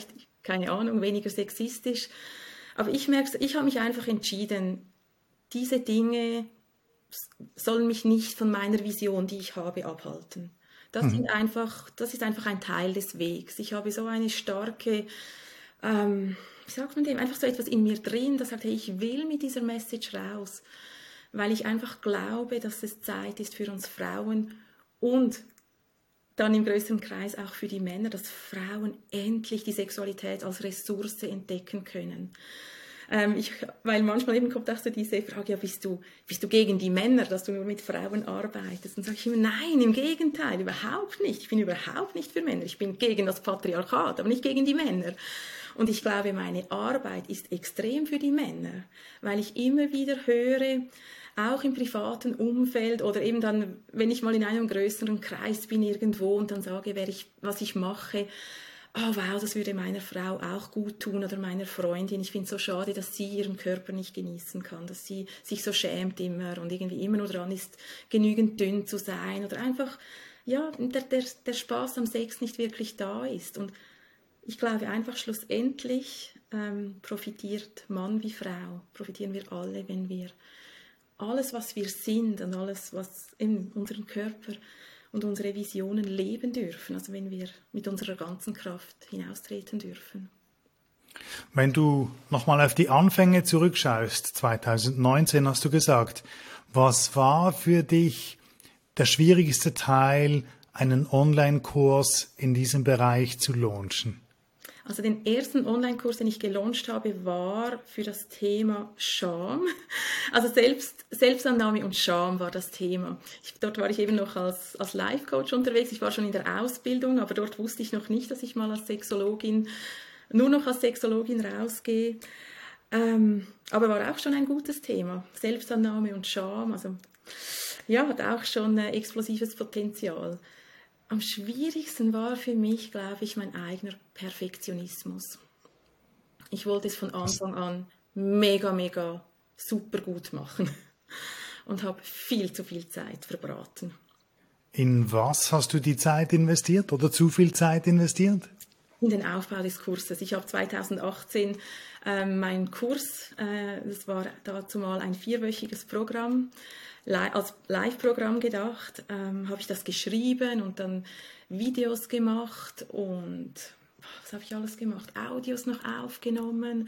keine Ahnung, weniger sexistisch. Aber ich merke, ich habe mich einfach entschieden, diese Dinge sollen mich nicht von meiner Vision, die ich habe, abhalten. Das, mhm. sind einfach, das ist einfach ein Teil des Wegs. Ich habe so eine starke, ähm, wie sagt man dem, einfach so etwas in mir drin, das sagt, hey, ich will mit dieser Message raus, weil ich einfach glaube, dass es Zeit ist für uns Frauen und dann im größeren Kreis auch für die Männer, dass Frauen endlich die Sexualität als Ressource entdecken können. Ähm, ich, weil manchmal eben kommt auch so diese Frage, ja, bist du, bist du gegen die Männer, dass du nur mit Frauen arbeitest? Und sage ich immer, nein, im Gegenteil, überhaupt nicht. Ich bin überhaupt nicht für Männer. Ich bin gegen das Patriarchat, aber nicht gegen die Männer. Und ich glaube, meine Arbeit ist extrem für die Männer, weil ich immer wieder höre, auch im privaten Umfeld oder eben dann, wenn ich mal in einem größeren Kreis bin irgendwo und dann sage, wer ich, was ich mache, oh wow, das würde meiner Frau auch gut tun oder meiner Freundin. Ich finde es so schade, dass sie ihren Körper nicht genießen kann, dass sie sich so schämt immer und irgendwie immer nur dran ist, genügend dünn zu sein oder einfach, ja, der, der, der Spaß am Sex nicht wirklich da ist. Und ich glaube einfach schlussendlich ähm, profitiert Mann wie Frau, profitieren wir alle, wenn wir alles, was wir sind und alles, was in unserem Körper und unsere Visionen leben dürfen, also wenn wir mit unserer ganzen Kraft hinaustreten dürfen. Wenn du nochmal auf die Anfänge zurückschaust, zwanzig neunzehn hast du gesagt, was war für dich der schwierigste Teil, einen Online-Kurs in diesem Bereich zu launchen? Also den ersten Online-Kurs, den ich gelauncht habe, war für das Thema Scham. Also Selbst, Selbstannahme und Scham war das Thema. Ich, dort war ich eben noch als, als Life-Coach unterwegs. Ich war schon in der Ausbildung, aber dort wusste ich noch nicht, dass ich mal als Sexologin, nur noch als Sexologin rausgehe. Ähm, aber war auch schon ein gutes Thema. Selbstannahme und Scham, also ja, hat auch schon äh, explosives Potenzial. Am schwierigsten war für mich, glaube ich, mein eigener Perfektionismus. Ich wollte es von Anfang an mega, mega super gut machen und habe viel zu viel Zeit verbraten. In was hast du die Zeit investiert oder zu viel Zeit investiert? In den Aufbau des Kurses. Ich habe zwanzig achtzehn ähm, meinen Kurs, äh, das war dazu mal ein vierwöchiges Programm, als Live-Programm gedacht, ähm, habe ich das geschrieben und dann Videos gemacht und was habe ich alles gemacht? Audios noch aufgenommen.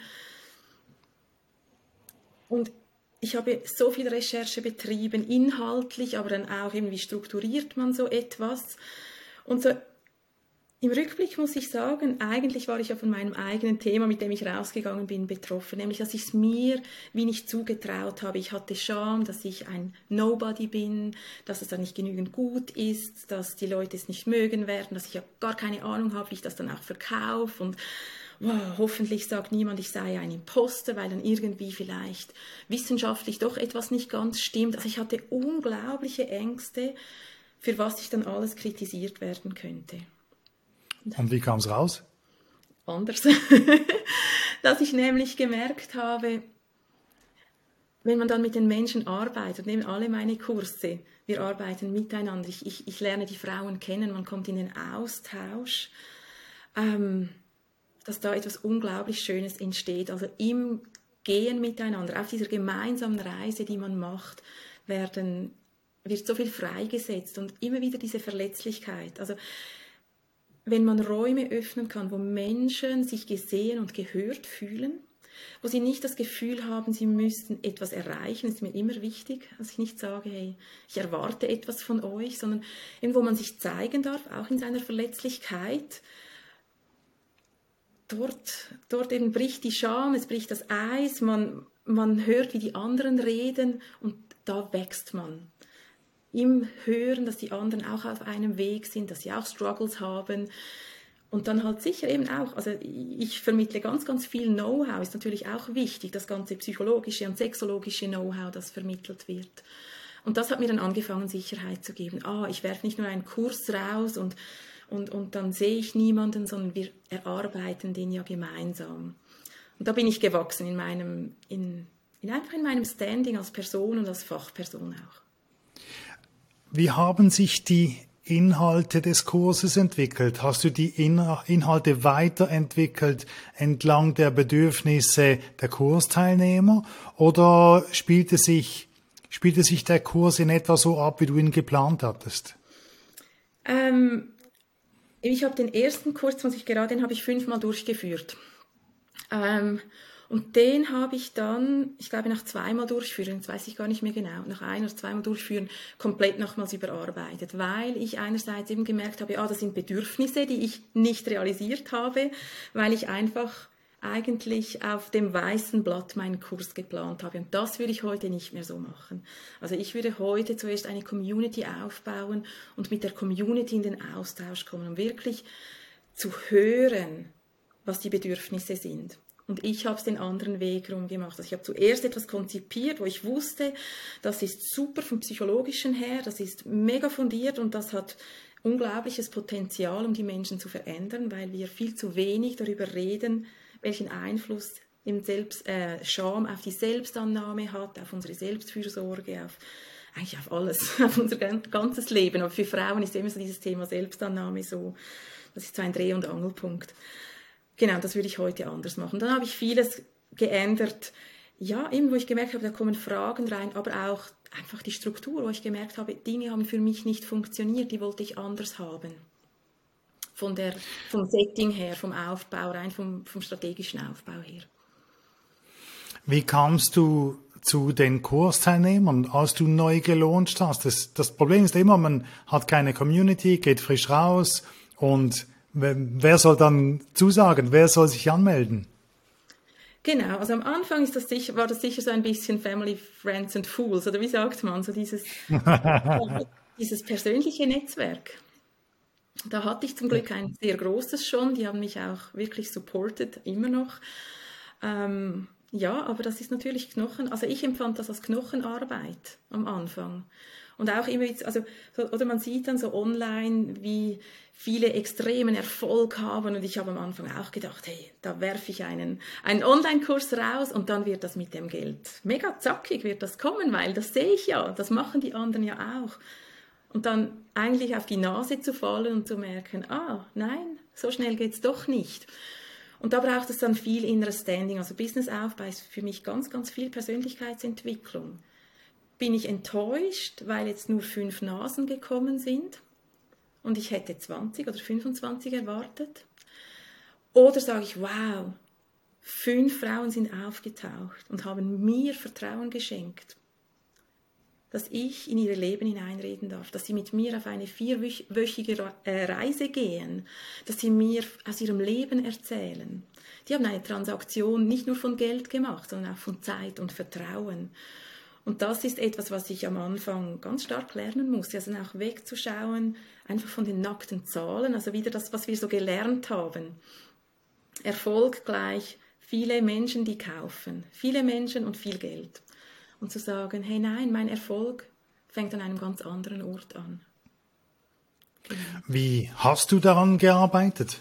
Und ich habe so viel Recherche betrieben, inhaltlich, aber dann auch eben, wie strukturiert man so etwas. Und so im Rückblick muss ich sagen, eigentlich war ich ja von meinem eigenen Thema, mit dem ich rausgegangen bin, betroffen. Nämlich, dass ich es mir wie nicht zugetraut habe. Ich hatte Scham, dass ich ein Nobody bin, dass es dann nicht genügend gut ist, dass die Leute es nicht mögen werden, dass ich ja gar keine Ahnung habe, wie ich das dann auch verkaufe. Und wow, hoffentlich sagt niemand, ich sei ein Imposter, weil dann irgendwie vielleicht wissenschaftlich doch etwas nicht ganz stimmt. Also ich hatte unglaubliche Ängste, für was ich dann alles kritisiert werden könnte. Und wie kam es raus? Anders. Dass ich nämlich gemerkt habe, wenn man dann mit den Menschen arbeitet, nehmen alle meine Kurse, wir arbeiten miteinander, ich, ich, ich lerne die Frauen kennen, man kommt in den Austausch, ähm, dass da etwas unglaublich Schönes entsteht. Also im Gehen miteinander, auf dieser gemeinsamen Reise, die man macht, werden, wird so viel freigesetzt und immer wieder diese Verletzlichkeit. Also wenn man Räume öffnen kann, wo Menschen sich gesehen und gehört fühlen, wo sie nicht das Gefühl haben, sie müssten etwas erreichen, ist mir immer wichtig, dass ich nicht sage, hey, ich erwarte etwas von euch, sondern eben, wo man sich zeigen darf, auch in seiner Verletzlichkeit. Dort, dort eben bricht die Scham, es bricht das Eis, man, man hört, wie die anderen reden und da wächst man. Im Hören, dass die anderen auch auf einem Weg sind, dass sie auch Struggles haben und dann halt sicher eben auch, also ich vermittle ganz, ganz viel Know-how, ist natürlich auch wichtig, das ganze psychologische und sexologische Know-how, das vermittelt wird. Und das hat mir dann angefangen, Sicherheit zu geben. Ah, ich werfe nicht nur einen Kurs raus und, und, und dann sehe ich niemanden, sondern wir erarbeiten den ja gemeinsam. Und da bin ich gewachsen in meinem, in, in einfach in meinem Standing als Person und als Fachperson auch. Wie haben sich die Inhalte des Kurses entwickelt? Hast du die Inhalte weiterentwickelt entlang der Bedürfnisse der Kursteilnehmer oder spielte sich, spielte sich der Kurs in etwa so ab, wie du ihn geplant hattest? Ähm, ich habe den ersten Kurs, muss ich gerade, den habe ich fünfmal durchgeführt. Ähm, Und den habe ich dann, ich glaube, nach zweimal durchführen, das weiß ich gar nicht mehr genau, nach ein oder zweimal durchführen, komplett nochmals überarbeitet, weil ich einerseits eben gemerkt habe, ja, das sind Bedürfnisse, die ich nicht realisiert habe, weil ich einfach eigentlich auf dem weißen Blatt meinen Kurs geplant habe. Und das würde ich heute nicht mehr so machen. Also ich würde heute zuerst eine Community aufbauen und mit der Community in den Austausch kommen, um wirklich zu hören, was die Bedürfnisse sind. Und ich habe es den anderen Weg rum gemacht. Also ich habe zuerst etwas konzipiert, wo ich wusste, das ist super vom Psychologischen her, das ist mega fundiert und das hat unglaubliches Potenzial, um die Menschen zu verändern, weil wir viel zu wenig darüber reden, welchen Einfluss im Selbst, äh, Scham auf die Selbstannahme hat, auf unsere Selbstfürsorge, auf eigentlich auf alles, auf unser ganzes Leben. Aber für Frauen ist immer so dieses Thema Selbstannahme so, das ist so ein Dreh- und Angelpunkt. Genau, das würde ich heute anders machen. Dann habe ich vieles geändert, ja, eben, wo ich gemerkt habe, da kommen Fragen rein, aber auch einfach die Struktur, wo ich gemerkt habe, Dinge haben für mich nicht funktioniert, die wollte ich anders haben. Von der, vom Setting her, vom Aufbau, rein vom, vom strategischen Aufbau her. Wie kamst du zu den Kursteilnehmern, als du neu gelauncht hast? Das, das Problem ist immer, man hat keine Community, geht frisch raus und wer soll dann zusagen? Wer soll sich anmelden? Genau, also am Anfang ist das sicher, war das sicher so ein bisschen Family, Friends and Fools, oder wie sagt man, so dieses, dieses persönliche Netzwerk. Da hatte ich zum Glück ein sehr großes schon, die haben mich auch wirklich supported, immer noch. Ähm, ja, aber das ist natürlich Knochen, also ich empfand das als Knochenarbeit am Anfang. Und auch immer, also, oder man sieht dann so online, wie viele extremen Erfolg haben. Und ich habe am Anfang auch gedacht, hey, da werfe ich einen, einen Online-Kurs raus und dann wird das mit dem Geld mega zackig, wird das kommen, weil das sehe ich ja, das machen die anderen ja auch. Und dann eigentlich auf die Nase zu fallen und zu merken, ah, nein, so schnell geht's doch nicht. Und da braucht es dann viel inneres Standing. Also Businessaufbau ist für mich ganz, ganz viel Persönlichkeitsentwicklung. Bin ich enttäuscht, weil jetzt nur fünf Nasen gekommen sind und ich hätte zwanzig oder fünfundzwanzig erwartet? Oder sage ich, wow, fünf Frauen sind aufgetaucht und haben mir Vertrauen geschenkt, dass ich in ihr Leben hineinreden darf, dass sie mit mir auf eine vierwöchige Reise gehen, dass sie mir aus ihrem Leben erzählen. Die haben eine Transaktion nicht nur von Geld gemacht, sondern auch von Zeit und Vertrauen. Und das ist etwas, was ich am Anfang ganz stark lernen musste, also auch wegzuschauen, einfach von den nackten Zahlen, also wieder das, was wir so gelernt haben. Erfolg gleich viele Menschen, die kaufen, viele Menschen und viel Geld. Und zu sagen, hey nein, mein Erfolg fängt an einem ganz anderen Ort an. Genau. Wie hast du daran gearbeitet?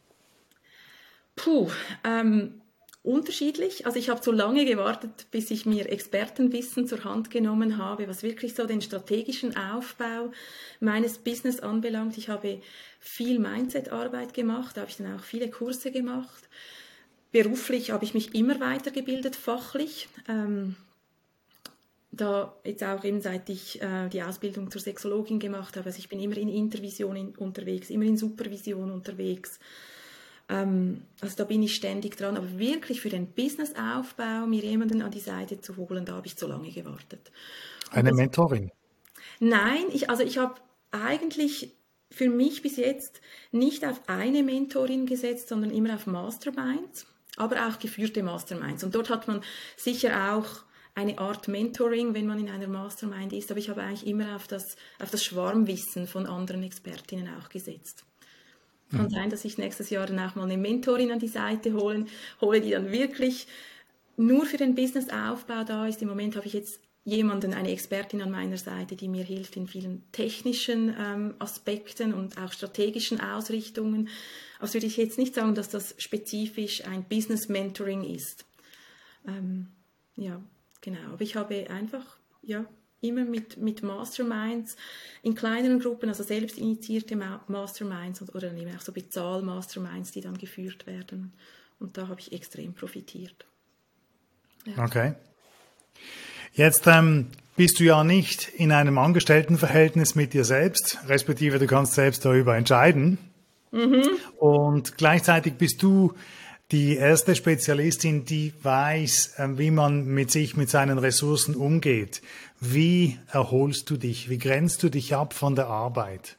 Puh, ähm, unterschiedlich. Also ich habe so lange gewartet, bis ich mir Expertenwissen zur Hand genommen habe, was wirklich so den strategischen Aufbau meines Business anbelangt. Ich habe viel Mindset-Arbeit gemacht, da habe ich dann auch viele Kurse gemacht. Beruflich habe ich mich immer weitergebildet, fachlich. Ähm, da jetzt auch eben seit ich äh, die Ausbildung zur Sexologin gemacht habe, also ich bin immer in Intervision in, unterwegs, immer in Supervision unterwegs. Ähm, also da bin ich ständig dran, aber wirklich für den Businessaufbau mir jemanden an die Seite zu holen, da habe ich zu lange gewartet. Und Eine das, Mentorin? Nein, ich, also ich habe eigentlich für mich bis jetzt nicht auf eine Mentorin gesetzt, sondern immer auf Masterminds, aber auch geführte Masterminds. Und dort hat man sicher auch eine Art Mentoring, wenn man in einer Mastermind ist, aber ich habe eigentlich immer auf das, auf das Schwarmwissen von anderen Expertinnen auch gesetzt. Kann sein, dass ich nächstes Jahr dann auch mal eine Mentorin an die Seite holen, hole, die dann wirklich nur für den Businessaufbau da ist. Im Moment habe ich jetzt jemanden, eine Expertin an meiner Seite, die mir hilft in vielen technischen ähm, Aspekten und auch strategischen Ausrichtungen. Also würde ich jetzt nicht sagen, dass das spezifisch ein Business-Mentoring ist. Ähm, ja, genau. Aber ich habe einfach, ja, immer mit, mit Masterminds in kleineren Gruppen, also selbst initiierte Masterminds oder eben auch so Bezahl-Masterminds, die dann geführt werden. Und da habe ich extrem profitiert. Ja. Okay. Jetzt ähm, bist du ja nicht in einem Angestelltenverhältnis mit dir selbst, respektive du kannst selbst darüber entscheiden. Mhm. Und gleichzeitig bist du die erste Spezialistin, die weiß, wie man mit sich, mit seinen Ressourcen umgeht. Wie erholst du dich? Wie grenzt du dich ab von der Arbeit?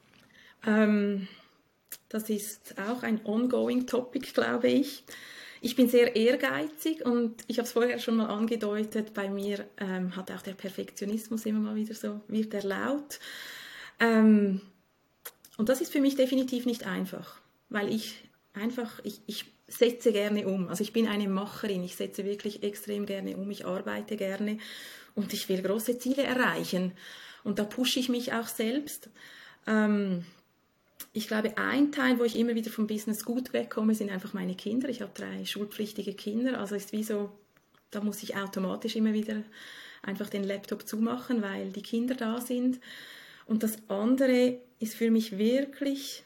Ähm, das ist auch ein ongoing Topic, glaube ich. Ich bin sehr ehrgeizig und ich habe es vorher schon mal angedeutet, bei mir ähm, hat auch der Perfektionismus immer mal wieder so, wird er laut. Ähm, und das ist für mich definitiv nicht einfach, weil ich einfach, ich, ich setze gerne um. Also ich bin eine Macherin, ich setze wirklich extrem gerne um, ich arbeite gerne und ich will große Ziele erreichen. Und da pushe ich mich auch selbst. Ähm, ich glaube, ein Teil, wo ich immer wieder vom Business gut wegkomme, sind einfach meine Kinder. Ich habe drei schulpflichtige Kinder, also ist wie so, da muss ich automatisch immer wieder einfach den Laptop zumachen, weil die Kinder da sind. Und das andere ist für mich wirklich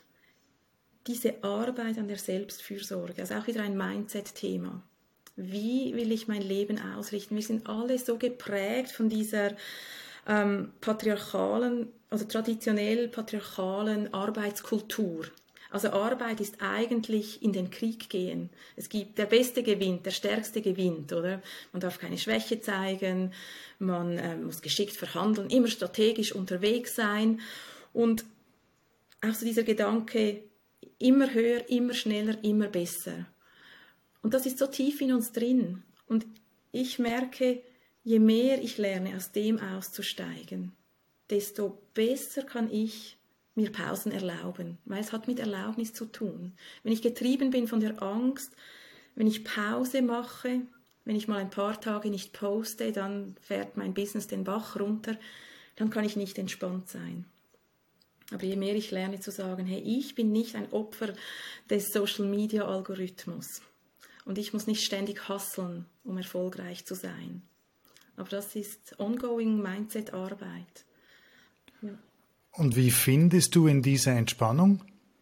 diese Arbeit an der Selbstfürsorge, also auch wieder ein Mindset-Thema. Wie will ich mein Leben ausrichten? Wir sind alle so geprägt von dieser ähm, patriarchalen oder traditionell patriarchalen Arbeitskultur. Also Arbeit ist eigentlich in den Krieg gehen. Es gibt der Beste gewinnt, der Stärkste gewinnt, oder? Man darf keine Schwäche zeigen, man äh, muss geschickt verhandeln, immer strategisch unterwegs sein und auch so dieser Gedanke, immer höher, immer schneller, immer besser. Und das ist so tief in uns drin. Und ich merke, je mehr ich lerne, aus dem auszusteigen, desto besser kann ich mir Pausen erlauben, weil es hat mit Erlaubnis zu tun. Wenn ich getrieben bin von der Angst, wenn ich Pause mache, wenn ich mal ein paar Tage nicht poste, dann fährt mein Business den Bach runter, dann kann ich nicht entspannt sein. Aber je mehr ich lerne zu sagen, hey, ich bin nicht ein Opfer des Social-Media-Algorithmus und ich muss nicht ständig hustlen, um erfolgreich zu sein. Aber das ist ongoing Mindset-Arbeit. Ja. Und wie findest du in dieser Entspannung?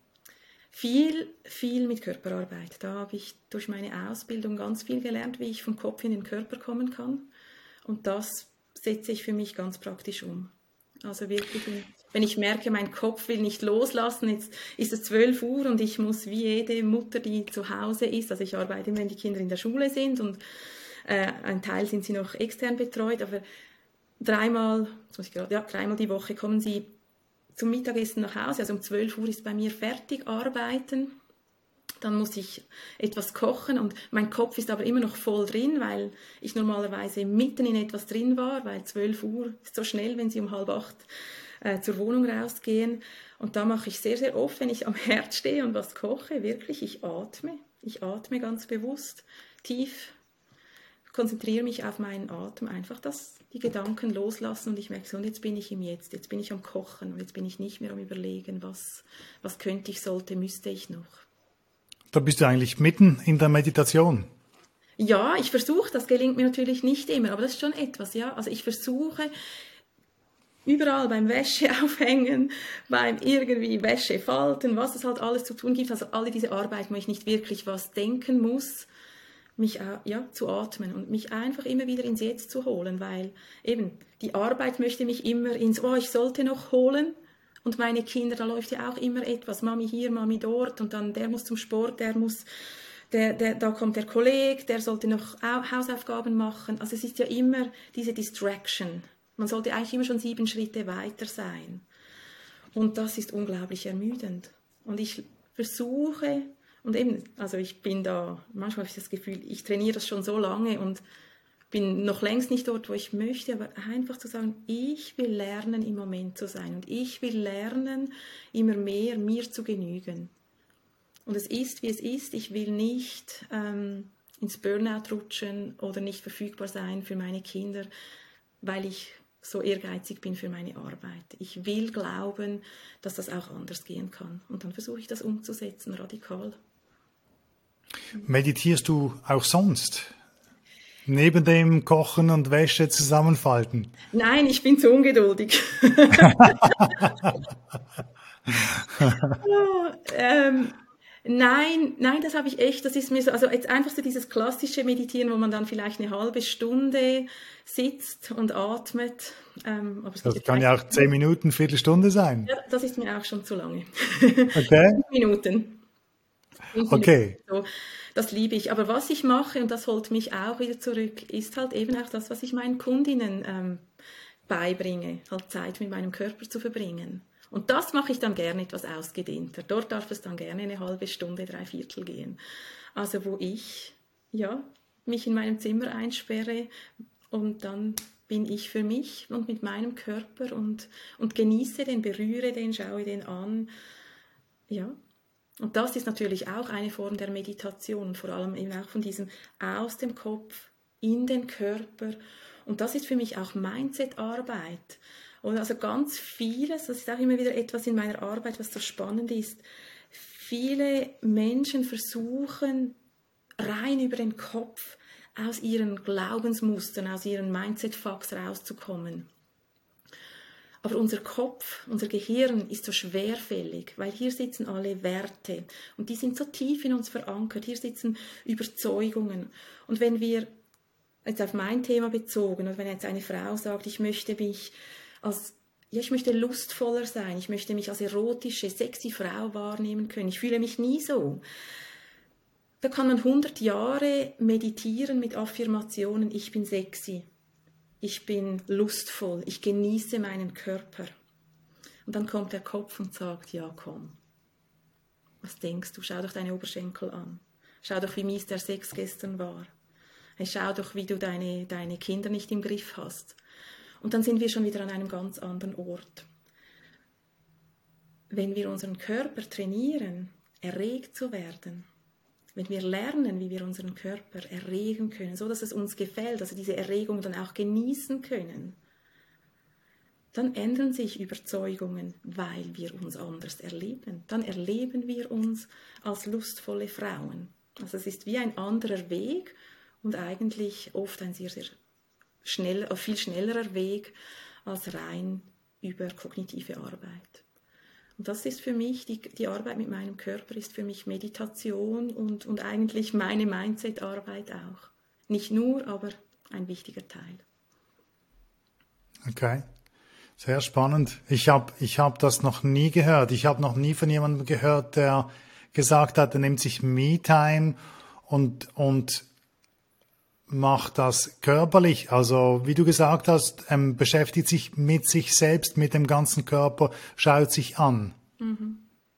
Viel, viel mit Körperarbeit. Da habe ich durch meine Ausbildung ganz viel gelernt, wie ich vom Kopf in den Körper kommen kann. Und das setze ich für mich ganz praktisch um. Also wirklich, wenn ich merke, mein Kopf will nicht loslassen, jetzt ist es zwölf Uhr und ich muss wie jede Mutter, die zu Hause ist, also ich arbeite immer, wenn die Kinder in der Schule sind und äh, ein Teil sind sie noch extern betreut, aber dreimal, jetzt muss ich gerade, ja, dreimal die Woche kommen sie zum Mittagessen nach Hause, also um zwölf Uhr ist bei mir fertig arbeiten. Dann muss ich etwas kochen und mein Kopf ist aber immer noch voll drin, weil ich normalerweise mitten in etwas drin war, weil zwölf Uhr ist so schnell, wenn sie um halb acht äh, zur Wohnung rausgehen. Und da mache ich sehr, sehr oft, wenn ich am Herd stehe und was koche, wirklich, ich atme. Ich atme ganz bewusst, tief, konzentriere mich auf meinen Atem, einfach das, die Gedanken loslassen und ich merke so, und jetzt bin ich im Jetzt, jetzt bin ich am Kochen und jetzt bin ich nicht mehr am Überlegen, was, was könnte ich, sollte, müsste ich noch. Da bist du eigentlich mitten in der Meditation. Ja, ich versuche, das gelingt mir natürlich nicht immer, aber das ist schon etwas, ja. Also ich versuche überall beim Wäsche aufhängen, beim irgendwie Wäsche falten, was es halt alles zu tun gibt, also alle diese Arbeit, wo ich nicht wirklich was denken muss, mich ja, zu atmen und mich einfach immer wieder ins Jetzt zu holen, weil eben die Arbeit möchte mich immer ins, oh, ich sollte noch holen. Und meine Kinder, da läuft ja auch immer etwas, Mami hier, Mami dort und dann der muss zum Sport, der muss, der, der, da kommt der Kollege, der sollte noch Hausaufgaben machen. Also es ist ja immer diese Distraction. Man sollte eigentlich immer schon sieben Schritte weiter sein. Und das ist unglaublich ermüdend. Und ich versuche, und eben, also ich bin da, manchmal habe ich das Gefühl, ich trainiere das schon so lange und bin noch längst nicht dort, wo ich möchte, aber einfach zu sagen, ich will lernen, im Moment zu sein und ich will lernen, immer mehr mir zu genügen. Und es ist, wie es ist. Ich will nicht ähm, ins Burnout rutschen oder nicht verfügbar sein für meine Kinder, weil ich so ehrgeizig bin für meine Arbeit. Ich will glauben, dass das auch anders gehen kann. Und dann versuche ich das umzusetzen, radikal. Meditierst du auch sonst? Neben dem Kochen und Wäsche zusammenfalten. Nein, ich bin zu ungeduldig. Ja, ähm, nein, nein, das habe ich echt, das ist mir so, also jetzt einfach so dieses klassische Meditieren, wo man dann vielleicht eine halbe Stunde sitzt und atmet. Ähm, aber es Das gibt kann ja auch zehn Minuten, Viertelstunde sein. ja, das ist mir auch schon zu lange. Okay? Fünf Minuten. Fünf Okay. Minuten. So, das liebe ich. Aber was ich mache, und das holt mich auch wieder zurück, ist halt eben auch das, was ich meinen Kundinnen ähm, beibringe, halt Zeit mit meinem Körper zu verbringen. Und das mache ich dann gerne etwas ausgedehnter. Dort darf es dann gerne eine halbe Stunde, drei Viertel gehen. Also wo ich ja, mich in meinem Zimmer einsperre und dann bin ich für mich und mit meinem Körper und, und genieße den, berühre den, schaue den an. Ja, und das ist natürlich auch eine Form der Meditation, vor allem eben auch von diesem aus dem Kopf in den Körper. Und das ist für mich auch Mindset-Arbeit. Und also ganz vieles, das ist auch immer wieder etwas in meiner Arbeit, was so spannend ist. Viele Menschen versuchen rein über den Kopf aus ihren Glaubensmustern, aus ihren Mindset-Fucks rauszukommen. Aber unser Kopf, unser Gehirn ist so schwerfällig, weil hier sitzen alle Werte und die sind so tief in uns verankert. Hier sitzen Überzeugungen. Und wenn wir, jetzt auf mein Thema bezogen, oder wenn jetzt eine Frau sagt, ich möchte mich als, ja, ich möchte lustvoller sein, ich möchte mich als erotische, sexy Frau wahrnehmen können, ich fühle mich nie so. Da kann man hundert Jahre meditieren mit Affirmationen, ich bin sexy. Ich bin lustvoll, ich genieße meinen Körper. Und dann kommt der Kopf und sagt, ja komm, was denkst du? Schau doch deine Oberschenkel an. Schau doch, wie mies der Sex gestern war. Hey, schau doch, wie du deine, deine Kinder nicht im Griff hast. Und dann sind wir schon wieder an einem ganz anderen Ort. Wenn wir unseren Körper trainieren, erregt zu werden, wenn wir lernen, wie wir unseren Körper erregen können, so dass es uns gefällt, also diese Erregung dann auch genießen können, dann ändern sich Überzeugungen, weil wir uns anders erleben. Dann erleben wir uns als lustvolle Frauen. Also es ist wie ein anderer Weg und eigentlich oft ein sehr, sehr schnell, viel schnellerer Weg als rein über kognitive Arbeit. Und das ist für mich, die, die Arbeit mit meinem Körper ist für mich Meditation und, und eigentlich meine Mindset-Arbeit auch. Nicht nur, aber ein wichtiger Teil. Okay, sehr spannend. Ich habe ich hab das noch nie gehört. Ich habe noch nie von jemandem gehört, der gesagt hat, er nimmt sich Me-Time und, und macht das körperlich. Also wie du gesagt hast, ähm, beschäftigt sich mit sich selbst, mit dem ganzen Körper, schaut sich an. Mhm.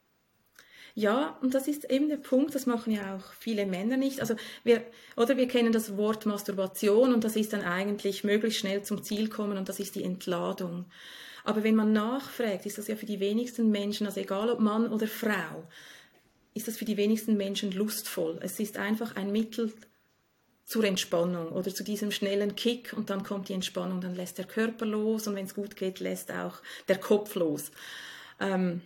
Ja, und das ist eben der Punkt, das machen ja auch viele Männer nicht. Also wir, oder wir kennen das Wort Masturbation und das ist dann eigentlich möglichst schnell zum Ziel kommen und das ist die Entladung. Aber wenn man nachfragt, ist das ja für die wenigsten Menschen, also egal ob Mann oder Frau, ist das für die wenigsten Menschen lustvoll. Es ist einfach ein Mittel zur Entspannung oder zu diesem schnellen Kick und dann kommt die Entspannung, dann lässt der Körper los und wenn es gut geht, lässt auch der Kopf los. Ähm,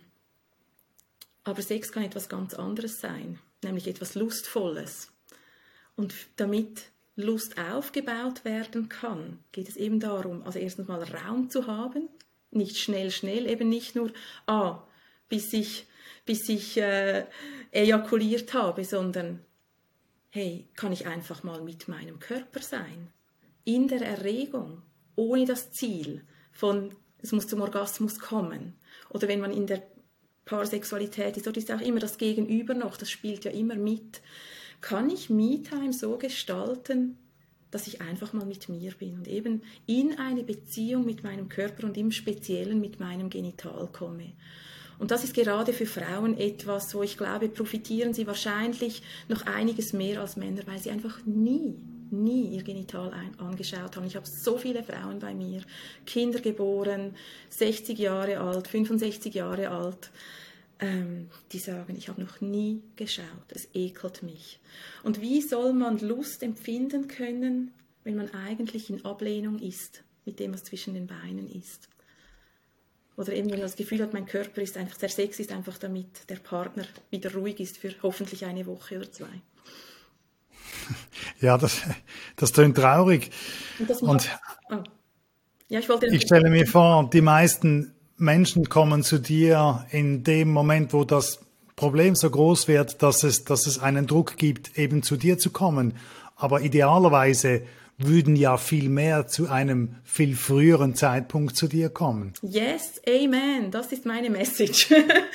aber Sex kann etwas ganz anderes sein, nämlich etwas Lustvolles. Und damit Lust aufgebaut werden kann, geht es eben darum, also erstens mal Raum zu haben, nicht schnell, schnell, eben nicht nur, ah, bis ich, bis ich äh, ejakuliert habe, sondern hey, kann ich einfach mal mit meinem Körper sein, in der Erregung, ohne das Ziel von, es muss zum Orgasmus kommen. Oder wenn man in der Paarsexualität ist, dort ist auch immer das Gegenüber noch, das spielt ja immer mit. Kann ich Me-Time so gestalten, dass ich einfach mal mit mir bin und eben in eine Beziehung mit meinem Körper und im Speziellen mit meinem Genital komme? Und das ist gerade für Frauen etwas, wo ich glaube, profitieren sie wahrscheinlich noch einiges mehr als Männer, weil sie einfach nie, nie ihr Genital ein- angeschaut haben. Ich habe so viele Frauen bei mir, Kinder geboren, sechzig Jahre alt, fünfundsechzig Jahre alt, ähm, die sagen, ich habe noch nie geschaut, es ekelt mich. Und wie soll man Lust empfinden können, wenn man eigentlich in Ablehnung ist mit dem, was zwischen den Beinen ist? Oder eben, wenn man das Gefühl hat, mein Körper ist einfach, der Sex ist einfach damit der Partner wieder ruhig ist für hoffentlich eine Woche oder zwei. Ja, das, das tönt traurig. Und das Und macht, oh. Ja, ich wollte ich stelle mir vor, die meisten Menschen kommen zu dir in dem Moment, wo das Problem so groß wird, dass es, dass es einen Druck gibt, eben zu dir zu kommen. Aber idealerweise würden ja viel mehr zu einem viel früheren Zeitpunkt zu dir kommen. Yes, amen, das ist meine Message.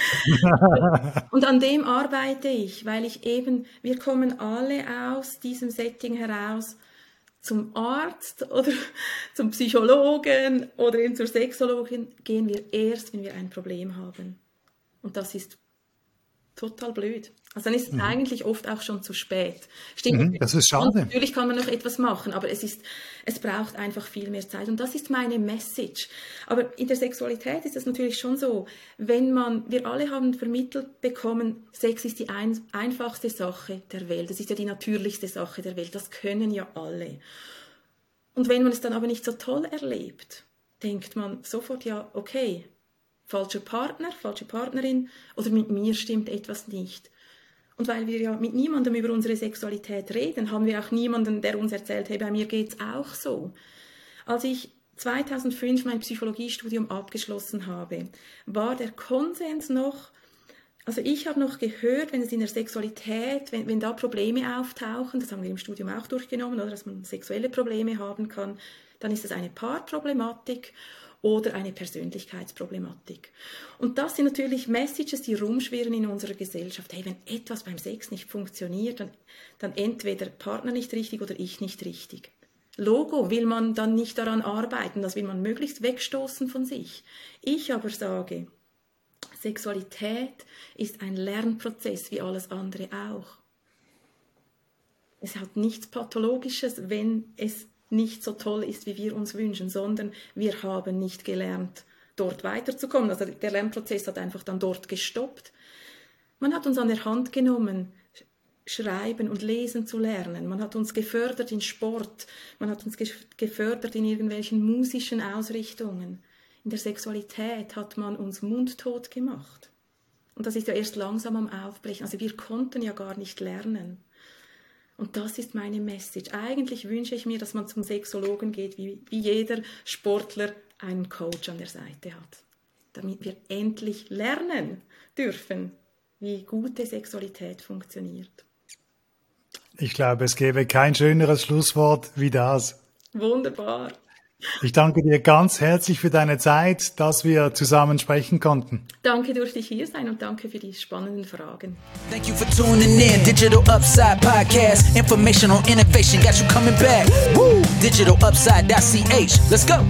Und an dem arbeite ich, weil ich eben, wir kommen alle aus diesem Setting heraus zum Arzt oder zum Psychologen oder eben zur Sexologin, gehen wir erst, wenn wir ein Problem haben. Und das ist total blöd. Also dann ist es mhm. eigentlich oft auch schon zu spät. Stimmt. Mhm, das ist schade. Und natürlich kann man noch etwas machen, aber es ist, es braucht einfach viel mehr Zeit. Und das ist meine Message. Aber in der Sexualität ist es natürlich schon so, wenn man, wir alle haben vermittelt bekommen, Sex ist die ein, einfachste Sache der Welt. Das ist ja die natürlichste Sache der Welt. Das können ja alle. Und wenn man es dann aber nicht so toll erlebt, denkt man sofort, ja, okay, falscher Partner, falsche Partnerin oder mit mir stimmt etwas nicht. Und weil wir ja mit niemandem über unsere Sexualität reden, haben wir auch niemanden, der uns erzählt, hey, bei mir geht's auch so. Als ich zweitausendfünf mein Psychologiestudium abgeschlossen habe, war der Konsens noch, also ich habe noch gehört, wenn es in der Sexualität, wenn, wenn da Probleme auftauchen, das haben wir im Studium auch durchgenommen, oder dass man sexuelle Probleme haben kann, dann ist es eine Paarproblematik oder eine Persönlichkeitsproblematik. Und das sind natürlich Messages, die rumschwirren in unserer Gesellschaft. Hey, wenn etwas beim Sex nicht funktioniert, dann, dann entweder Partner nicht richtig oder ich nicht richtig. Logo, will man dann nicht daran arbeiten, das will man möglichst wegstoßen von sich. Ich aber sage, Sexualität ist ein Lernprozess wie alles andere auch. Es hat nichts Pathologisches, wenn es nicht so toll ist, wie wir uns wünschen, sondern wir haben nicht gelernt, dort weiterzukommen. Also der Lernprozess hat einfach dann dort gestoppt. Man hat uns an der Hand genommen, schreiben und lesen zu lernen. Man hat uns gefördert in Sport, man hat uns gefördert in irgendwelchen musischen Ausrichtungen. In der Sexualität hat man uns mundtot gemacht. Und das ist ja erst langsam am Aufbrechen. Also wir konnten ja gar nicht lernen. Und das ist meine Message. Eigentlich wünsche ich mir, dass man zum Sexologen geht, wie, wie jeder Sportler einen Coach an der Seite hat. Damit wir endlich lernen dürfen, wie gute Sexualität funktioniert. Ich glaube, es gäbe kein schöneres Schlusswort wie das. Wunderbar. Ich danke dir ganz herzlich für deine Zeit, dass wir zusammen sprechen konnten. Danke, durfte ich hier sein und danke für die spannenden Fragen. Thank you for tuning in. Digital Upside Podcast. Information on innovation got you coming back. Woo! digital upside dot c h. Let's go.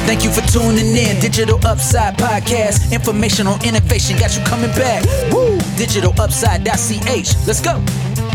Thank you for tuning in. Digital Upside Podcast. Information on innovation got you coming back. Woo! digital upside dot c h. Let's go.